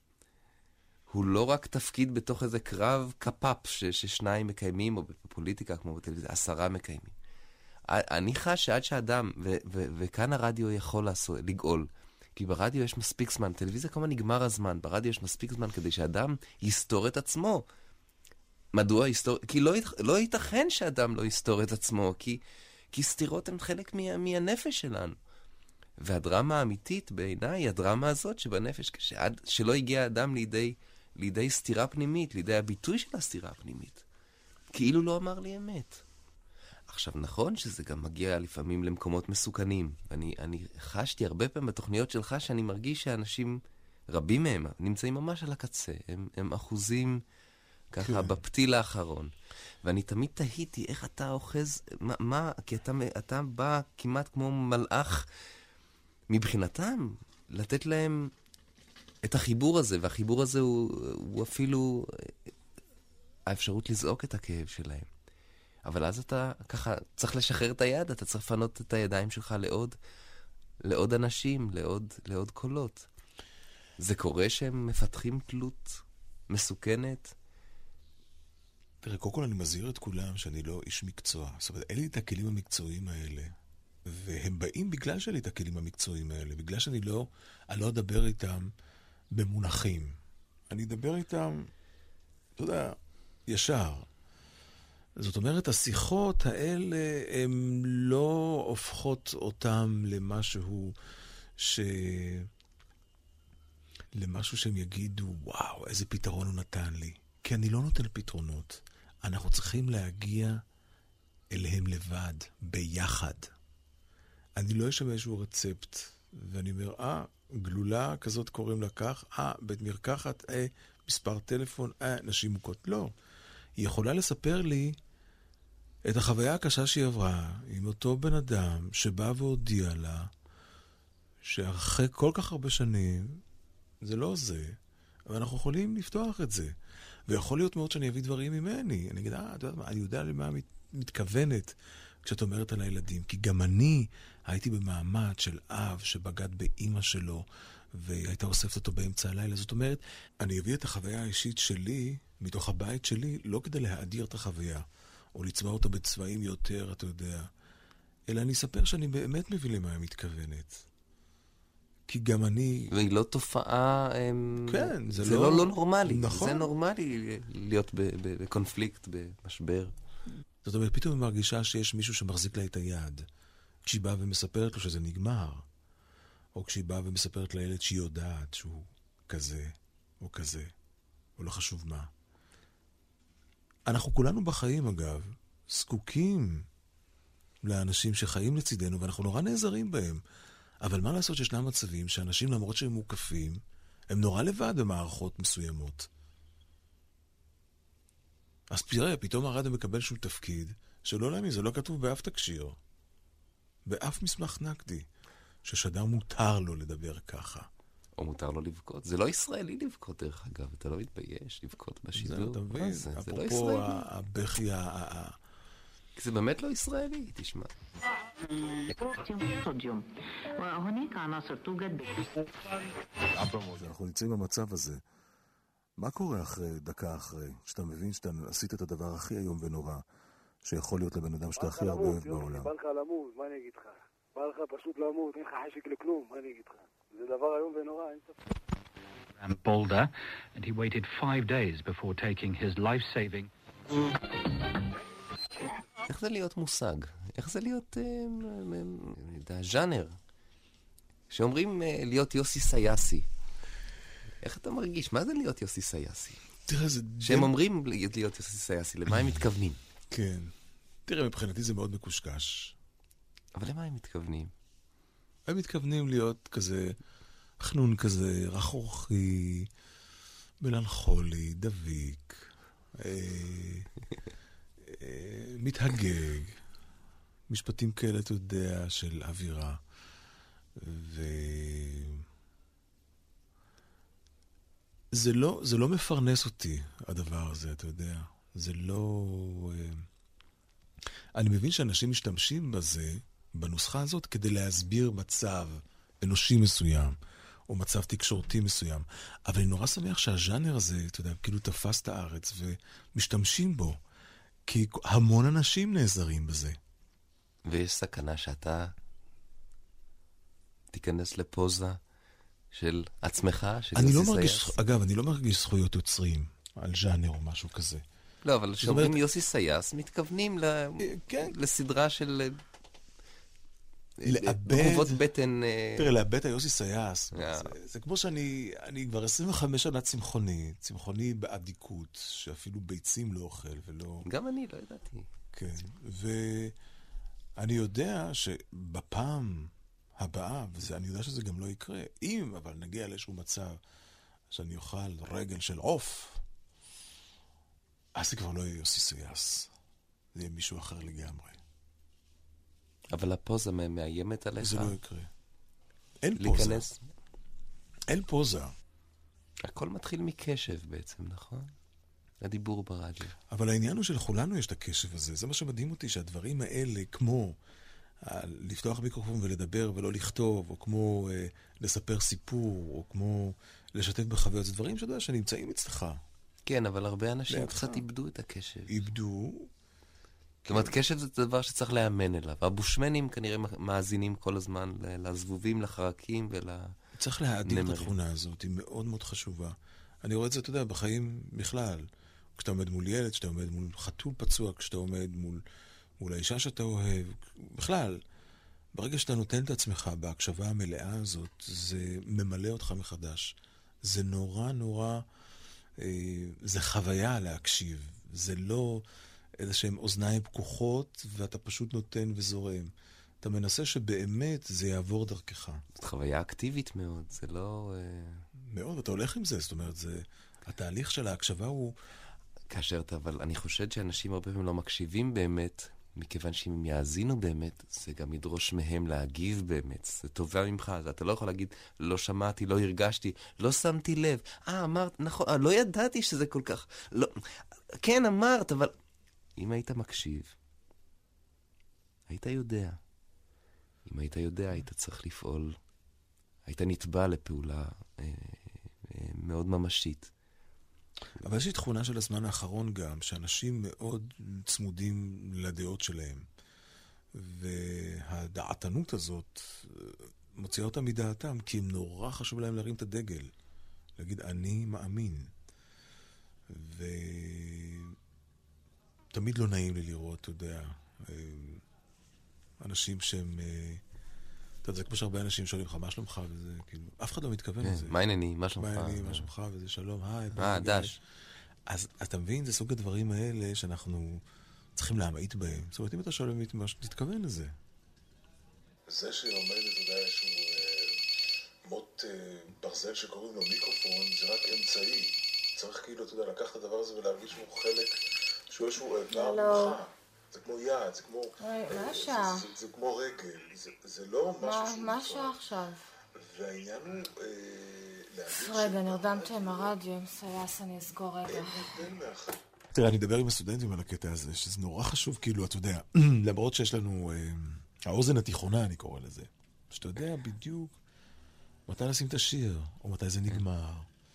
S1: הוא לא רק תפקיד בתוך איזה קרב קפאפ ש, ששניים מקיימים, או בפוליטיקה כמו בטלוויזיה, עשרה מקיימים. אני חש שעד שאדם, ו, ו, וכאן הרדיו יכול לעשות, לגאול, כי ברדיו יש מספיק זמן, טלוויזיה כמה נגמר הזמן, ברדיו יש מספיק זמן כדי שאדם יסתור את עצמו. מדוע יסתור? כי לא, לא ייתכן שאדם לא יסתור את עצמו, כי, כי סתירות הן חלק מה, מהנפש שלנו. והדרמה האמיתית בעיניי היא הדרמה הזאת שבנפש, שעד, שלא הגיע האדם לידי, לידי סתירה פנימית, לידי הביטוי של הסתירה הפנימית. כאילו לא אמר לי אמת. עכשיו, נכון שזה גם מגיע לפעמים למקומות מסוכנים. אני, אני חשתי הרבה פעמים בתוכניות שלך שאני מרגיש שאנשים, רבים מהם, נמצאים ממש על הקצה. הם, הם אחוזים ככה בפתיל האחרון. ואני תמיד תהיתי איך אתה אוחז, מה, מה כי אתה, אתה בא כמעט כמו מלאך מבחינתם, לתת להם את החיבור הזה, והחיבור הזה הוא, הוא אפילו האפשרות לזעוק את הכאב שלהם. אבל אז אתה ככה צריך לשחרר את היד, אתה צריך לפנות את הידיים שלך לעוד, לעוד אנשים, לעוד, לעוד קולות. זה קורה שהם מפתחים תלות מסוכנת.
S2: תראה, קודם כל אני מזהיר את כולם שאני לא איש מקצוע. זאת אומרת, אין לי את הכלים המקצועיים האלה, והם באים בגלל שלי את הכלים המקצועיים האלה, בגלל שאני לא, אני לא אדבר איתם במונחים. אני אדבר איתם, אתה יודע, ישר. זאת אומרת, השיחות האלה הן לא הופכות אותם למשהו ש... למשהו שהם יגידו, וואו, איזה פתרון הוא נתן לי. כי אני לא נותן פתרונות. אנחנו צריכים להגיע אליהם לבד, ביחד. אני לא אשמע איזשהו רצפט, ואני אומר, אה, גלולה כזאת קוראים לה כך, אה, בית מרקחת, אה, מספר טלפון, אה, נשים מוכות. לא. היא יכולה לספר לי את החוויה הקשה שהיא עברה עם אותו בן אדם שבא והודיע לה שאחרי כל כך הרבה שנים זה לא זה, אבל אנחנו יכולים לפתוח את זה. ויכול להיות מאוד שאני אביא דברים ממני. אני אגיד, אה, אתה יודע מה, אני יודע למה את מתכוונת כשאת אומרת על הילדים. כי גם אני הייתי במעמד של אב שבגד באמא שלו, והייתה אוספת אותו באמצע הלילה. זאת אומרת, אני אביא את החוויה האישית שלי, מתוך הבית שלי, לא כדי להאדיר את החוויה, או לצבע אותה בצבעים יותר, אתה יודע, אלא אני אספר שאני באמת מביא למה היא מתכוונת. כי גם אני...
S1: והיא לא תופעה...
S2: כן, זה,
S1: זה
S2: לא...
S1: לא, לא נורמלי.
S2: נכון.
S1: זה נורמלי להיות בקונפליקט, במשבר.
S2: זאת אומרת, פתאום היא מרגישה שיש מישהו שמחזיק לה את היד. כשהיא באה ומספרת לו שזה נגמר. או כשהיא באה ומספרת לילד שהיא יודעת שהוא כזה, או כזה, או לא חשוב מה. אנחנו כולנו בחיים, אגב, זקוקים לאנשים שחיים לצידנו, ואנחנו נורא נעזרים בהם. אבל מה לעשות שישנם מצבים שאנשים, למרות שהם מוקפים, הם נורא לבד במערכות מסוימות. אז תראה, פתאום הרדיו מקבל שהוא תפקיד, שלא להאמין, זה לא כתוב באף תקשיר. באף מסמך נקדי, ששדר מותר לו לדבר ככה.
S1: או מותר לו לבכות. זה לא ישראלי לבכות, דרך אגב. אתה לא מתבייש לבכות בשידור.
S2: זה, אתה מבין,
S1: זה, זה לא
S2: אפרופו
S1: ישראלי.
S2: הבכי ה...
S1: כי זה באמת לא ישראלי, תשמע.
S2: אנחנו נמצאים במצב הזה. מה קורה אחרי, דקה אחרי, שאתה מבין שאתה עשית את הדבר הכי היום ונורא, שיכול להיות לבן אדם שאתה הכי הרבה אוהב בעולם?
S9: בא לך למות, מה אני אגיד לך? בא לך פשוט למות, אין לך חשק לכלום, מה אני אגיד לך? זה דבר היום ונורא, אין ספק.
S12: And Boulder, and he waited five days before taking his life-saving.
S1: איך זה להיות מושג? איך זה להיות, אני יודע, ז'אנר? שאומרים להיות יוסי סייסי. איך אתה מרגיש? מה זה להיות יוסי סייסי?
S2: תראה, זה...
S1: שהם אומרים להיות יוסי סייסי, למה הם מתכוונים?
S2: כן. תראה, מבחינתי זה מאוד מקושקש.
S1: אבל למה הם מתכוונים?
S2: הם מתכוונים להיות כזה, חנון כזה, רכרוכי, מלנכולי, דביק, אה, אה, מתהגג, משפטים כאלה, אתה יודע, של אווירה. ו... זה לא, זה לא מפרנס אותי, הדבר הזה, אתה יודע. זה לא... אני מבין שאנשים משתמשים בזה, בנוסחה הזאת, כדי להסביר מצב אנושי מסוים, או מצב תקשורתי מסוים. אבל אני נורא שמח שהז'אנר הזה, אתה יודע, כאילו תפס את הארץ, ומשתמשים בו, כי המון אנשים נעזרים בזה.
S1: ויש סכנה שאתה תיכנס לפוזה של עצמך, של
S2: אני
S1: יוסי
S2: לא מרגיש,
S1: סייס.
S2: אגב, אני לא מרגיש זכויות יוצרים על ז'אנר או משהו כזה.
S1: לא, אבל כשאומרים
S2: אומרת...
S1: יוסי סייס, מתכוונים ל...
S2: כן.
S1: לסדרה של...
S2: לאבד...
S1: תגובות בטן...
S2: תראה, לאבד היוסי סייס. זה, זה כמו שאני אני כבר עשרים וחמש שנה צמחוני, צמחוני באדיקות, שאפילו ביצים לא אוכל ולא...
S1: גם אני, לא ידעתי.
S2: כן, ואני יודע שבפעם הבאה, ואני יודע שזה גם לא יקרה, אם אבל נגיע לאיזשהו מצב שאני אוכל רגל של עוף, אז זה כבר לא יהיה יוסי סייס. זה יהיה מישהו אחר לגמרי.
S1: אבל הפוזה מאיימת עליך?
S2: זה לא יקרה. אין
S1: להיכנס...
S2: פוזה. אין פוזה.
S1: הכל מתחיל מקשב בעצם, נכון? הדיבור ברדיו.
S2: אבל העניין הוא שלכולנו יש את הקשב הזה. זה מה שמדהים אותי, שהדברים האלה, כמו לפתוח מיקרופון ולדבר ולא לכתוב, או כמו אה, לספר סיפור, או כמו לשתף בחוויות, זה דברים שאתה יודע שנמצאים אצלך.
S1: כן, אבל הרבה אנשים קצת איבדו את הקשב.
S2: איבדו.
S1: זאת אומרת, קשב זה דבר שצריך לאמן אליו. הבושמנים כנראה מאזינים כל הזמן לזבובים, לחרקים ול...
S2: צריך להאדיר את התכונה הזאת, היא מאוד מאוד חשובה. אני רואה את זה, אתה יודע, בחיים בכלל. כשאתה עומד מול ילד, כשאתה עומד מול חתול פצוע, כשאתה עומד מול, מול האישה שאתה אוהב, בכלל, ברגע שאתה נותן את עצמך בהקשבה המלאה הזאת, זה ממלא אותך מחדש. זה נורא נורא, אה, זה חוויה להקשיב. זה לא איזה שהם אוזניים פקוחות, ואתה פשוט נותן וזורם. אתה מנסה שבאמת זה יעבור דרכך.
S1: זאת חוויה אקטיבית מאוד, זה לא...
S2: מאוד, אתה הולך עם זה, זאת אומרת, זה... התהליך של ההקשבה הוא...
S1: כאשר אתה, אבל אני חושד שאנשים הרבה פעמים לא מקשיבים באמת, מכיוון שאם הם יאזינו באמת, זה גם ידרוש מהם להגיב באמת. זה טובה ממך, אתה לא יכול להגיד, לא שמעתי, לא הרגשתי, לא שמתי לב. אה, אמרת, נכון, אה, לא ידעתי שזה כל כך... לא, כן, אמרת, אבל... אם היית מקשיב, היית יודע. אם היית יודע, היית צריך לפעול. היית נתבע לפעולה אה, אה, מאוד ממשית.
S2: אבל יש לי תכונה של הזמן האחרון גם, שאנשים מאוד צמודים לדעות שלהם. והדעתנות הזאת מוציאה אותם מדעתם, כי הם נורא חשוב להם להרים את הדגל. להגיד, אני מאמין. ותמיד לא נעים לי לראות, אתה יודע, אנשים שהם... אתה יודע, זה כמו שהרבה אנשים שואלים לך, מה שלומך? וזה, כאילו, אף אחד לא מתכוון לזה.
S1: מה ענייני? מה שלומך?
S2: מה ענייני? מה שלומך? וזה שלום, היי.
S1: אה, דש.
S2: אז אתה מבין, זה סוג הדברים האלה שאנחנו צריכים להמעיט בהם. זאת אומרת, אם אתה שואל באמת מה שתתכוון לזה.
S11: זה שעומד, אתה יודע, איזשהו מוט ברזל שקוראים לו מיקרופון, זה רק אמצעי. צריך כאילו, אתה יודע, לקחת את הדבר הזה ולהרגיש שהוא חלק, שהוא איזשהו איבר ממך. זה כמו יד, זה כמו...
S13: מה השעה?
S11: זה כמו רגל, זה לא משהו שהוא...
S13: מה השעה עכשיו?
S11: והעניין הוא להגיד...
S13: רגע, נרדמתי עם הרדיו, עם סייס, אני אסגור רגע.
S2: תראה, אני אדבר עם הסטודנטים על הקטע הזה, שזה נורא חשוב, כאילו, אתה יודע, למרות שיש לנו... האוזן התיכונה, אני קורא לזה. שאתה יודע בדיוק מתי לשים את השיר, או מתי זה נגמר.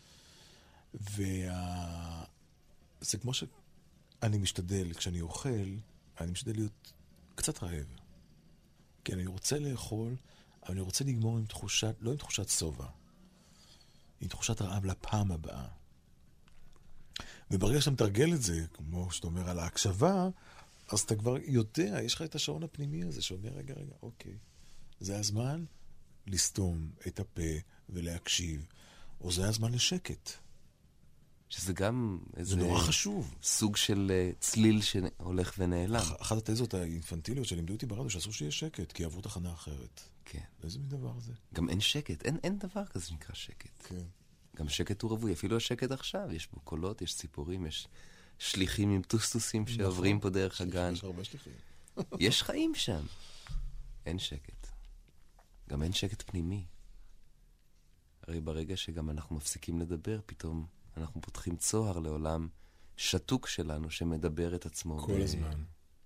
S2: וה... זה כמו שאני משתדל, כשאני אוכל, אני משתדל להיות קצת רעב. כי אני רוצה לאכול, אבל אני רוצה לגמור עם תחושת, לא עם תחושת סובה, עם תחושת רעב לפעם הבאה. וברגע שאתה מתרגל את זה, כמו שאתה אומר על ההקשבה, אז אתה כבר יודע, יש לך את השעון הפנימי הזה שאומר, רגע, רגע, אוקיי, זה הזמן לסתום את הפה ולהקשיב, או זה הזמן לשקט.
S1: שזה גם איזה...
S2: זה נורא חשוב.
S1: סוג של uh, צליל שהולך ונעלם.
S2: אחת התזות האינפנטיליות שלימדו אותי ברדיו, שאסור שיהיה שקט, כי עברו תחנה אחרת.
S1: כן.
S2: איזה מין דבר זה?
S1: גם אין שקט, אין, אין דבר כזה שנקרא שקט.
S2: כן.
S1: גם שקט הוא רבוי, אפילו השקט עכשיו, יש בו קולות, יש ציפורים, יש שליחים עם טוסטוסים שעוברים פה דרך הגן.
S2: יש הרבה שליחים.
S1: יש חיים שם. אין שקט. גם אין שקט פנימי. הרי ברגע שגם אנחנו מפסיקים לדבר, פתאום אנחנו פותחים צוהר לעולם שתוק שלנו שמדבר את עצמו.
S2: כל ב... הזמן.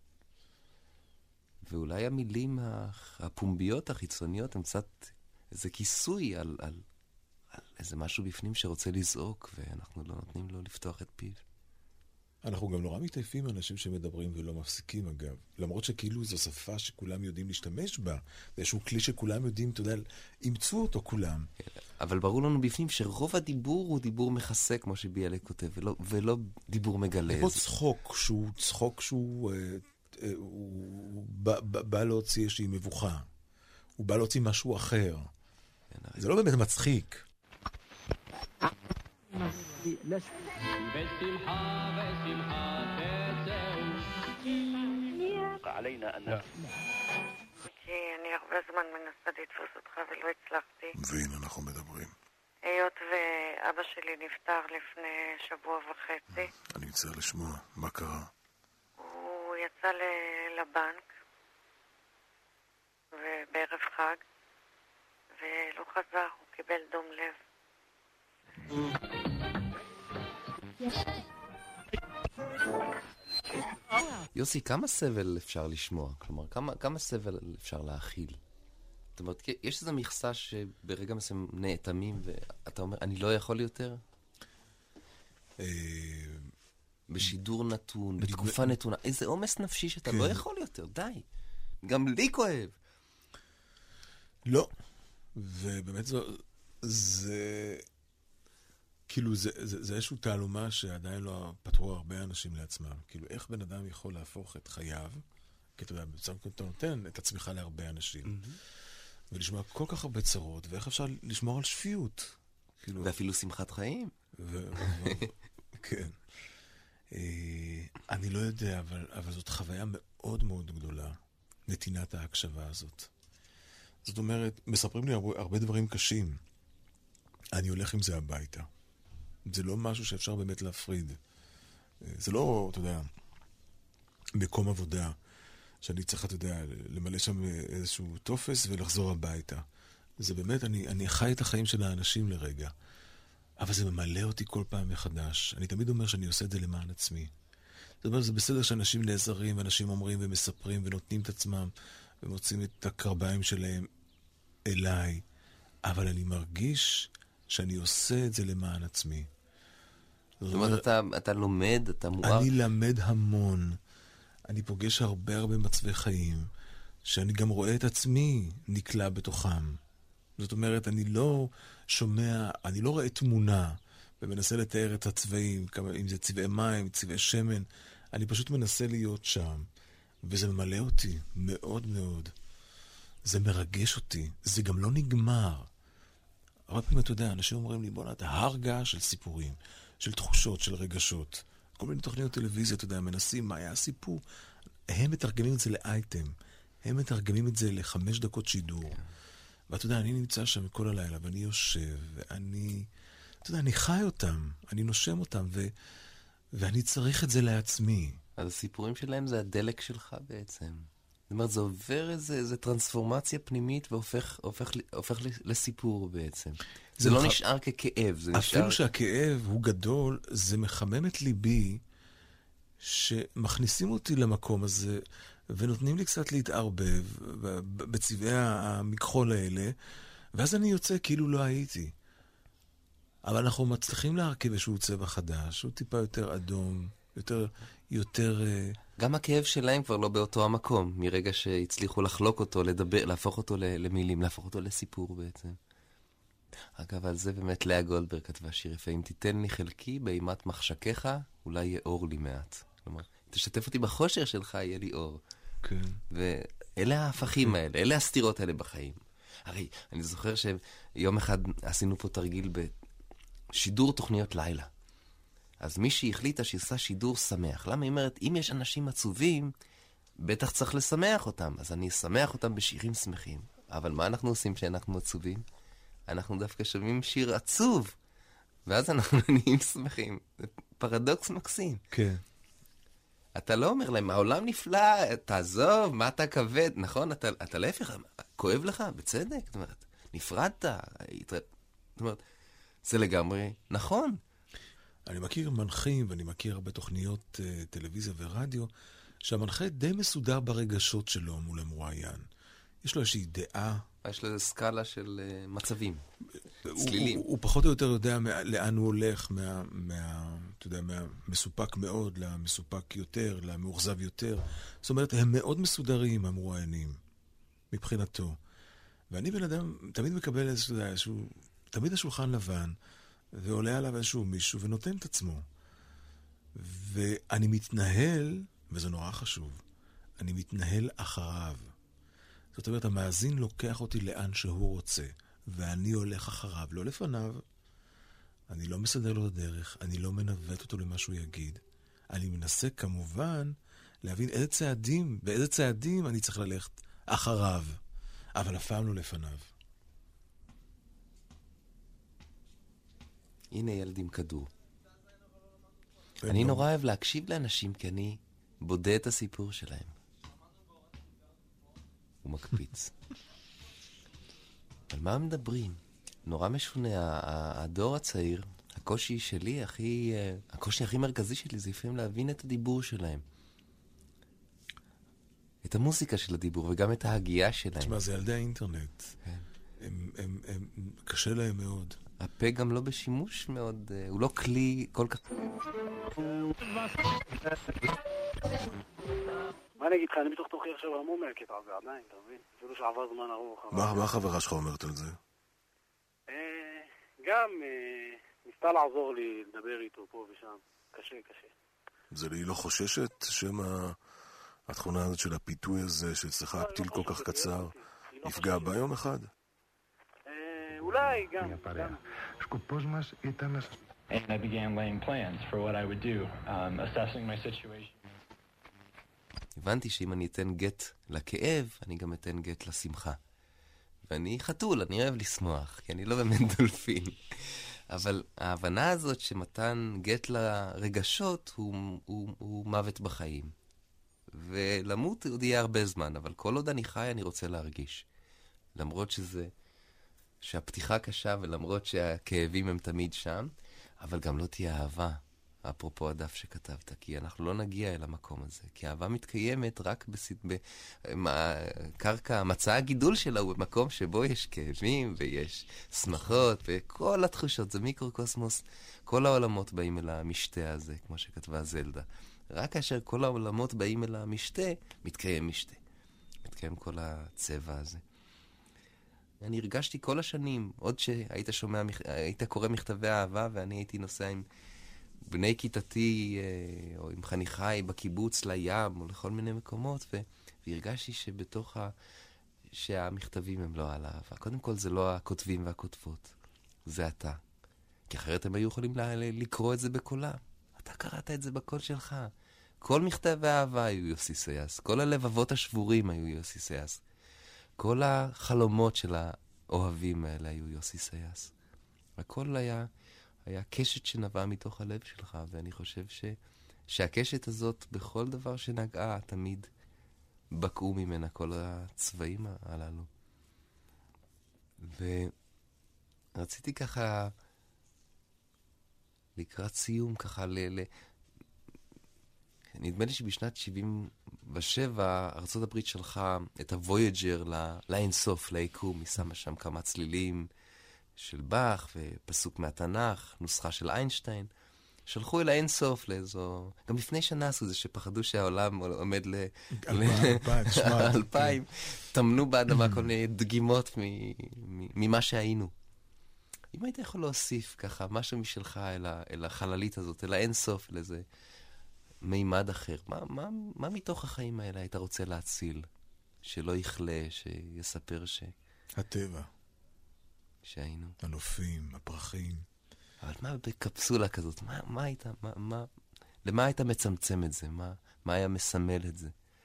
S1: ואולי המילים הפומביות החיצוניות הם קצת איזה כיסוי על, על, על איזה משהו בפנים שרוצה לזעוק, ואנחנו לא נותנים לו לפתוח את פיו.
S2: אנחנו גם נורא מתעייפים אנשים שמדברים ולא מפסיקים, אגב. למרות שכאילו זו שפה שכולם יודעים להשתמש בה. זה איזשהו כלי שכולם יודעים, אתה יודע, אימצו אותו כולם.
S1: אבל ברור לנו בפנים שרוב הדיבור הוא דיבור מכסה, כמו שביאלה כותב, ולא, ולא דיבור מגלז.
S2: פה צחוק, שהוא צחוק שהוא... אה, אה, הוא בא, בא, בא להוציא איזושהי מבוכה. הוא בא להוציא משהו אחר. זה לא באמת מצחיק.
S14: אני הרבה זמן מנסה לתפוס אותך ולא הצלחתי.
S11: והנה אנחנו מדברים.
S14: היות ואבא שלי נפטר לפני שבוע וחצי.
S11: אני מצטער לשמוע, מה קרה?
S14: הוא יצא לבנק ובערב חג ולא חזר, הוא קיבל דום לב.
S1: יוסי, כמה סבל אפשר לשמוע? כלומר, כמה, כמה סבל אפשר להכיל? זאת אומרת, יש איזו מכסה שברגע מסוים נאטמים, ואתה אומר, אני לא יכול יותר? בשידור נתון, בתקופה נתונה, איזה עומס נפשי שאתה לא יכול יותר, די. גם לי כואב.
S2: לא. ובאמת זה... כאילו, זה, זה, זה איזשהו תעלומה שעדיין לא פתרו הרבה אנשים לעצמם. כאילו, איך בן אדם יכול להפוך את חייו, כי אתה יודע, בצורה אתה נותן את עצמך להרבה אנשים, mm-hmm. ולשמוע כל כך הרבה צרות, ואיך אפשר לשמור על שפיות. כאילו...
S1: ואפילו שמחת חיים.
S2: ו... כן. אני לא יודע, אבל, אבל זאת חוויה מאוד מאוד גדולה, נתינת ההקשבה הזאת. זאת אומרת, מספרים לי הרבה, הרבה דברים קשים. אני הולך עם זה הביתה. זה לא משהו שאפשר באמת להפריד. זה לא, אתה יודע, מקום עבודה. שאני צריך, אתה יודע, למלא שם איזשהו טופס ולחזור הביתה. זה באמת, אני, אני חי את החיים של האנשים לרגע. אבל זה ממלא אותי כל פעם מחדש. אני תמיד אומר שאני עושה את זה למען עצמי. זאת אומרת, זה בסדר שאנשים נעזרים, ואנשים אומרים ומספרים ונותנים את עצמם, ומוצאים את הקרביים שלהם אליי. אבל אני מרגיש שאני עושה את זה למען עצמי.
S1: זאת אומרת, אתה, אתה לומד, אתה מואר.
S2: אני למד המון. אני פוגש הרבה הרבה מצבי חיים, שאני גם רואה את עצמי נקלע בתוכם. זאת אומרת, אני לא שומע, אני לא רואה תמונה, ומנסה לתאר את הצבעים, אם זה צבעי מים, צבעי שמן, אני פשוט מנסה להיות שם. וזה ממלא אותי מאוד מאוד. זה מרגש אותי. זה גם לא נגמר. הרבה פעמים, אתה יודע, אנשים אומרים לי, בוא, אתה הרגע של סיפורים, של תחושות, של רגשות. כל מיני תוכניות טלוויזיה, אתה יודע, מנסים, מה היה הסיפור? הם מתרגמים את זה לאייטם. הם מתרגמים את זה לחמש דקות שידור. ואתה יודע, אני נמצא שם כל הלילה, ואני יושב, ואני, אתה יודע, אני חי אותם, אני נושם אותם, ו, ואני צריך את זה לעצמי.
S1: אז הסיפורים שלהם זה הדלק שלך בעצם. זאת אומרת, זה עובר איזה, איזה טרנספורמציה פנימית, והופך הופך, הופך לסיפור בעצם. זה, זה לא מח... נשאר ככאב. זה
S2: אפילו
S1: נשאר...
S2: שהכאב הוא גדול, זה מחמם את ליבי, שמכניסים אותי למקום הזה, ונותנים לי קצת להתערבב בצבעי המכחול האלה, ואז אני יוצא כאילו לא הייתי. אבל אנחנו מצליחים להרכיב איזשהו צבע חדש, הוא טיפה יותר אדום, יותר, יותר...
S1: גם הכאב שלהם כבר לא באותו המקום, מרגע שהצליחו לחלוק אותו, לדבר, להפוך אותו למילים, להפוך אותו לסיפור בעצם. אגב, על זה באמת לאה גולדברג כתבה שיר יפה, אם תיתן לי חלקי באימת מחשכך, אולי יהיה אור לי מעט. כלומר, תשתף אותי בחושר שלך, יהיה לי אור.
S2: כן.
S1: ואלה ההפכים האלה, אלה הסתירות האלה בחיים. הרי, אני זוכר שיום אחד עשינו פה תרגיל בשידור תוכניות לילה. אז מישהי החליטה שעשה שידור שמח. למה? היא אומרת, אם יש אנשים עצובים, בטח צריך לשמח אותם. אז אני אשמח אותם בשירים שמחים. אבל מה אנחנו עושים כשאנחנו עצובים? אנחנו דווקא שומעים שיר עצוב. ואז אנחנו נהיים שמחים. זה פרדוקס מקסים.
S2: כן. אתה
S1: לא אומר להם, העולם נפלא, תעזוב, מה אתה כבד, נכון? אתה, אתה להפך, כואב לך, בצדק. זאת אומרת, נפרדת. זאת אומרת, זה לגמרי נכון.
S2: אני מכיר מנחים, ואני מכיר הרבה תוכניות uh, טלוויזיה ורדיו, שהמנחה די מסודר ברגשות שלו מול המרואיין. יש לו איזושהי דעה.
S1: יש לו סקאלה של uh, מצבים, צלילים.
S2: הוא, הוא, הוא פחות או יותר יודע לאן הוא הולך, מה, מה, אתה יודע, מהמסופק מאוד למסופק יותר, למאוכזב יותר. זאת אומרת, הם מאוד מסודרים, המרואיינים, מבחינתו. ואני בן אדם תמיד מקבל איזשהו, איזשהו תמיד השולחן לבן, ועולה עליו איזשהו מישהו ונותן את עצמו. ואני מתנהל, וזה נורא חשוב, אני מתנהל אחריו. זאת אומרת, המאזין לוקח אותי לאן שהוא רוצה, ואני הולך אחריו, לא לפניו. אני לא מסדר לו דרך, אני לא מנווט אותו למה שהוא יגיד. אני מנסה כמובן להבין איזה צעדים, באיזה צעדים אני צריך ללכת אחריו, אבל אף פעם לא לפניו.
S1: הנה ילד עם כדור. אני נורא אוהב להקשיב לאנשים, כי אני בודה את הסיפור שלהם. הוא מקפיץ. על מה מדברים? נורא משונה. הדור הצעיר, הקושי שלי הכי, הקושי הכי מרכזי שלי זה לפעמים להבין את הדיבור שלהם. את המוזיקה של הדיבור, וגם את ההגייה שלהם.
S2: תשמע, זה ילדי האינטרנט.
S1: כן.
S2: הם, הם, הם, קשה להם מאוד.
S1: הפה גם לא בשימוש מאוד, הוא לא כלי כל כך...
S9: מה אני אגיד לך, אני בתוך תוכי עכשיו המום מהקטע הזה עדיין, אתה מבין? אפילו שעבר זמן ארוך.
S2: מה החברה שלך אומרת על זה?
S9: גם ניסתה לעזור לי לדבר איתו פה ושם. קשה, קשה.
S2: זה לי לא חוששת שמה התכונה הזאת של הפיתוי הזה, שאצלך הפתיל כל כך קצר, יפגע בה יום אחד?
S9: אולי גם.
S8: שקופוז μας ήταν...
S12: And I began laying plans for what I would do, um, assessing my situation.
S1: הבנתי שאם אני אתן גט לכאב, אני גם אתן גט לשמחה. ואני חתול, אני אוהב לשמוח, כי אני לא באמת דולפין. אבל ההבנה הזאת שמתן גט לרגשות הוא, הוא, הוא מוות בחיים. ולמות עוד יהיה הרבה זמן, אבל כל עוד אני חי אני רוצה להרגיש. למרות שזה, שהפתיחה קשה ולמרות שהכאבים הם תמיד שם, אבל גם לא תהיה אהבה, אפרופו הדף שכתבת, כי אנחנו לא נגיע אל המקום הזה, כי אהבה מתקיימת רק בקרקע, מצע הגידול שלה הוא במקום שבו יש כאבים ויש שמחות וכל התחושות, זה מיקרוקוסמוס, כל העולמות באים אל המשתה הזה, כמו שכתבה זלדה. רק כאשר כל העולמות באים אל המשתה, מתקיים משתה. מתקיים כל הצבע הזה. אני הרגשתי כל השנים, עוד שהיית שומע, היית קורא מכתבי אהבה, ואני הייתי נוסע עם בני כיתתי, או עם חניכי בקיבוץ לים, או לכל מיני מקומות, ו... והרגשתי שבתוך ה... שהמכתבים הם לא על אהבה. קודם כל זה לא הכותבים והכותבות, זה אתה. כי אחרת הם היו יכולים ל... לקרוא את זה בקולם. אתה קראת את זה בקול שלך. כל מכתבי האהבה היו יוסי סייס, כל הלבבות השבורים היו יוסי סייס. כל החלומות של האוהבים האלה היו יוסי סייס. הכל היה, היה קשת שנבעה מתוך הלב שלך, ואני חושב ש, שהקשת הזאת בכל דבר שנגעה תמיד בקעו ממנה כל הצבעים הללו. ורציתי ככה לקראת סיום ככה ל... ל... נדמה לי שבשנת שבעים ושבע ארצות הברית שלחה את הוויג'ר לאינסוף, ליקום. היא שמה שם כמה צלילים של באך ופסוק מהתנ"ך, נוסחה של איינשטיין. שלחו אל האינסוף לאיזו... גם לפני שנה עשו זה שפחדו שהעולם עומד ל... אלפיים. תמנו באדמה כל מיני דגימות ממה שהיינו. אם היית יכול להוסיף ככה משהו משלך אל החללית הזאת, אל האינסוף, אל איזה... מימד אחר. מה, מה, מה מתוך החיים האלה היית רוצה להציל? שלא יכלה, שיספר ש...
S2: הטבע.
S1: שהיינו.
S2: הנופים, הפרחים.
S1: אבל מה בקפסולה כזאת? מה, מה היית, מה, מה, למה היית מצמצם את זה? מה, מה היה מסמל את זה?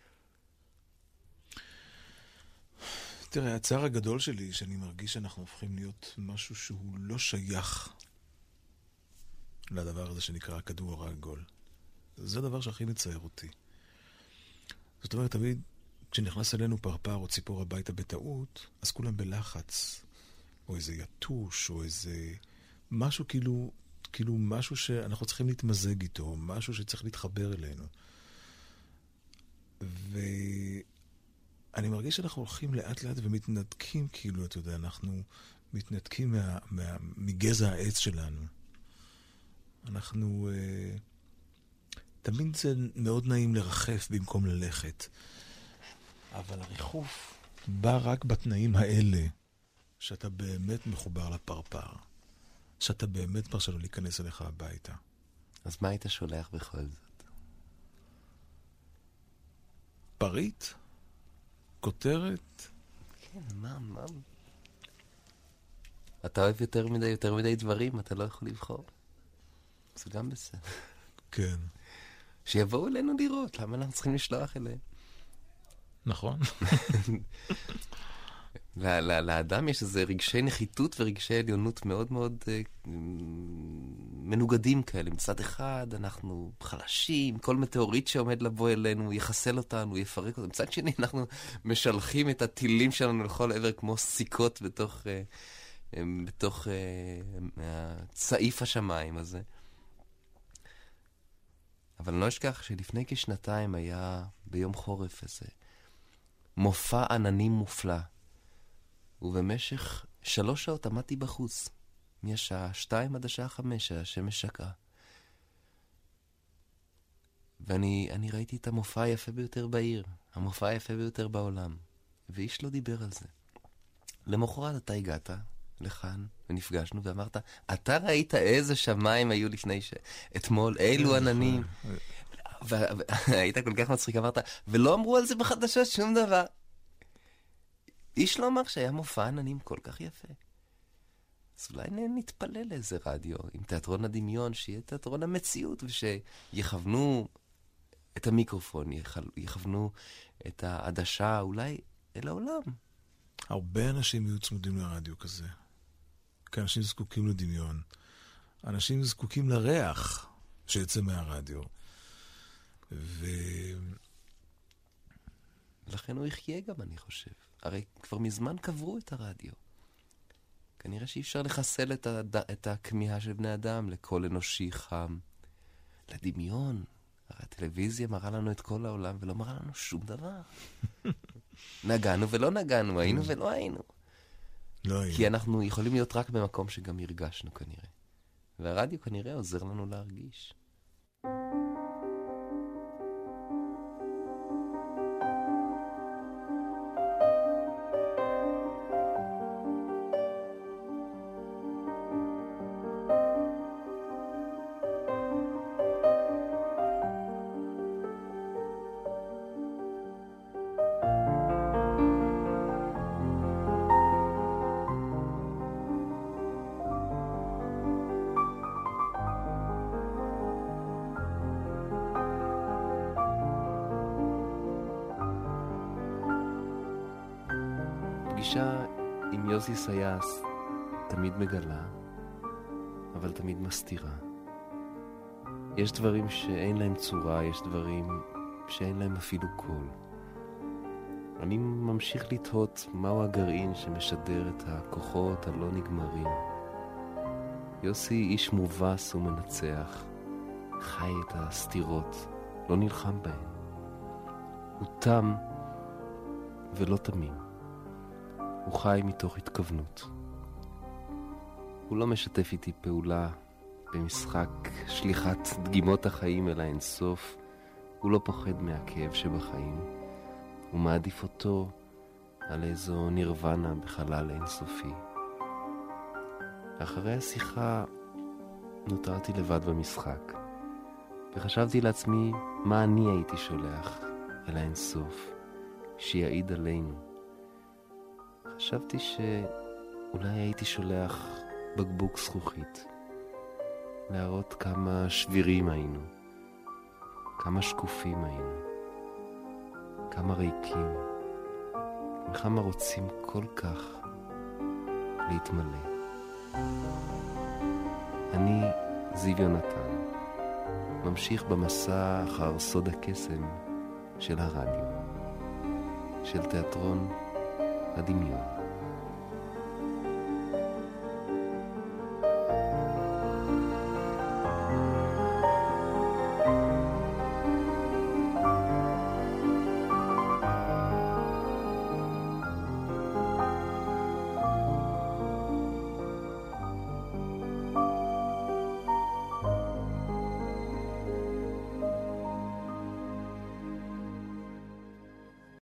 S2: תראה, הצער הגדול שלי, שאני מרגיש שאנחנו הופכים להיות משהו שהוא לא שייך לדבר הזה שנקרא הכדור העגול. זה הדבר שהכי מצער אותי. זאת אומרת, תמיד כשנכנס אלינו פרפר או ציפור הביתה בטעות, אז כולם בלחץ, או איזה יתוש, או איזה משהו כאילו, כאילו משהו שאנחנו צריכים להתמזג איתו, משהו שצריך להתחבר אלינו. ואני מרגיש שאנחנו הולכים לאט לאט ומתנתקים, כאילו, אתה יודע, אנחנו מתנתקים מה, מה, מגזע העץ שלנו. אנחנו... Uh, תמיד זה מאוד נעים לרחף במקום ללכת. אבל הריחוף בא רק בתנאים האלה, שאתה באמת מחובר לפרפר. שאתה באמת מרשה לו להיכנס אליך הביתה.
S1: אז מה היית שולח בכל זאת?
S2: פריט? כותרת?
S1: כן, מה, מה? אתה אוהב יותר מדי, יותר מדי דברים, אתה לא יכול לבחור. זה גם בסדר.
S2: כן.
S1: שיבואו אלינו לראות, למה אנחנו צריכים לשלוח אליהם?
S2: נכון.
S1: לאדם יש איזה רגשי נחיתות ורגשי עליונות מאוד מאוד מנוגדים כאלה. מצד אחד אנחנו חלשים, כל מטאוריט שעומד לבוא אלינו יחסל אותנו, יפרק אותנו. מצד שני אנחנו משלחים את הטילים שלנו לכל עבר כמו סיכות בתוך, בתוך צעיף השמיים הזה. אבל אני לא אשכח שלפני כשנתיים היה ביום חורף איזה מופע עננים מופלא. ובמשך שלוש שעות עמדתי בחוץ. מהשעה שתיים עד השעה חמש, השמש שקעה. ואני אני ראיתי את המופע היפה ביותר בעיר. המופע היפה ביותר בעולם. ואיש לא דיבר על זה. למחרת אתה הגעת לכאן ונפגשנו ואמרת, אתה ראית איזה שמיים היו לפני ש... אתמול, אילו עננים. והיית כל כך מצחיק, אמרת, ולא אמרו על זה בחדשות שום דבר. איש לא אמר שהיה מופע עננים כל כך יפה. אז אולי נתפלל לאיזה רדיו עם תיאטרון הדמיון, שיהיה תיאטרון המציאות, ושיכוונו את המיקרופון, יכוונו את העדשה אולי אל העולם.
S2: הרבה אנשים יהיו צמודים לרדיו כזה. כי אנשים זקוקים לדמיון. אנשים זקוקים לריח שיצא מהרדיו. ו...
S1: לכן הוא יחיה גם, אני חושב. הרי כבר מזמן קברו את הרדיו. כנראה שאי אפשר לחסל את, הד... את הכמיהה של בני אדם לקול אנושי חם, לדמיון. הרי הטלוויזיה מראה לנו את כל העולם ולא מראה לנו שום דבר. נגענו ולא נגענו, היינו ולא היינו.
S2: לא היינו.
S1: כי אנחנו יכולים להיות רק במקום שגם הרגשנו כנראה. והרדיו כנראה עוזר לנו להרגיש. פגישה עם יוסי סייס תמיד מגלה, אבל תמיד מסתירה. יש דברים שאין להם צורה, יש דברים שאין להם אפילו קול. אני ממשיך לתהות מהו הגרעין שמשדר את הכוחות הלא נגמרים. יוסי איש מובס ומנצח, חי את הסתירות, לא נלחם בהן. הוא תם ולא תמים. הוא חי מתוך התכוונות. הוא לא משתף איתי פעולה במשחק שליחת דגימות החיים אל האינסוף. הוא לא פוחד מהכאב שבחיים. הוא מעדיף אותו על איזו נירוונה בחלל אינסופי. אחרי השיחה נותרתי לבד במשחק, וחשבתי לעצמי מה אני הייתי שולח אל האינסוף, שיעיד עלינו. חשבתי שאולי הייתי שולח בקבוק זכוכית, להראות כמה שבירים היינו, כמה שקופים היינו, כמה ריקים, וכמה רוצים כל כך להתמלא. אני זיו יונתן, ממשיך במסע אחר סוד הקסם של הרדיו, של תיאטרון הדמיון.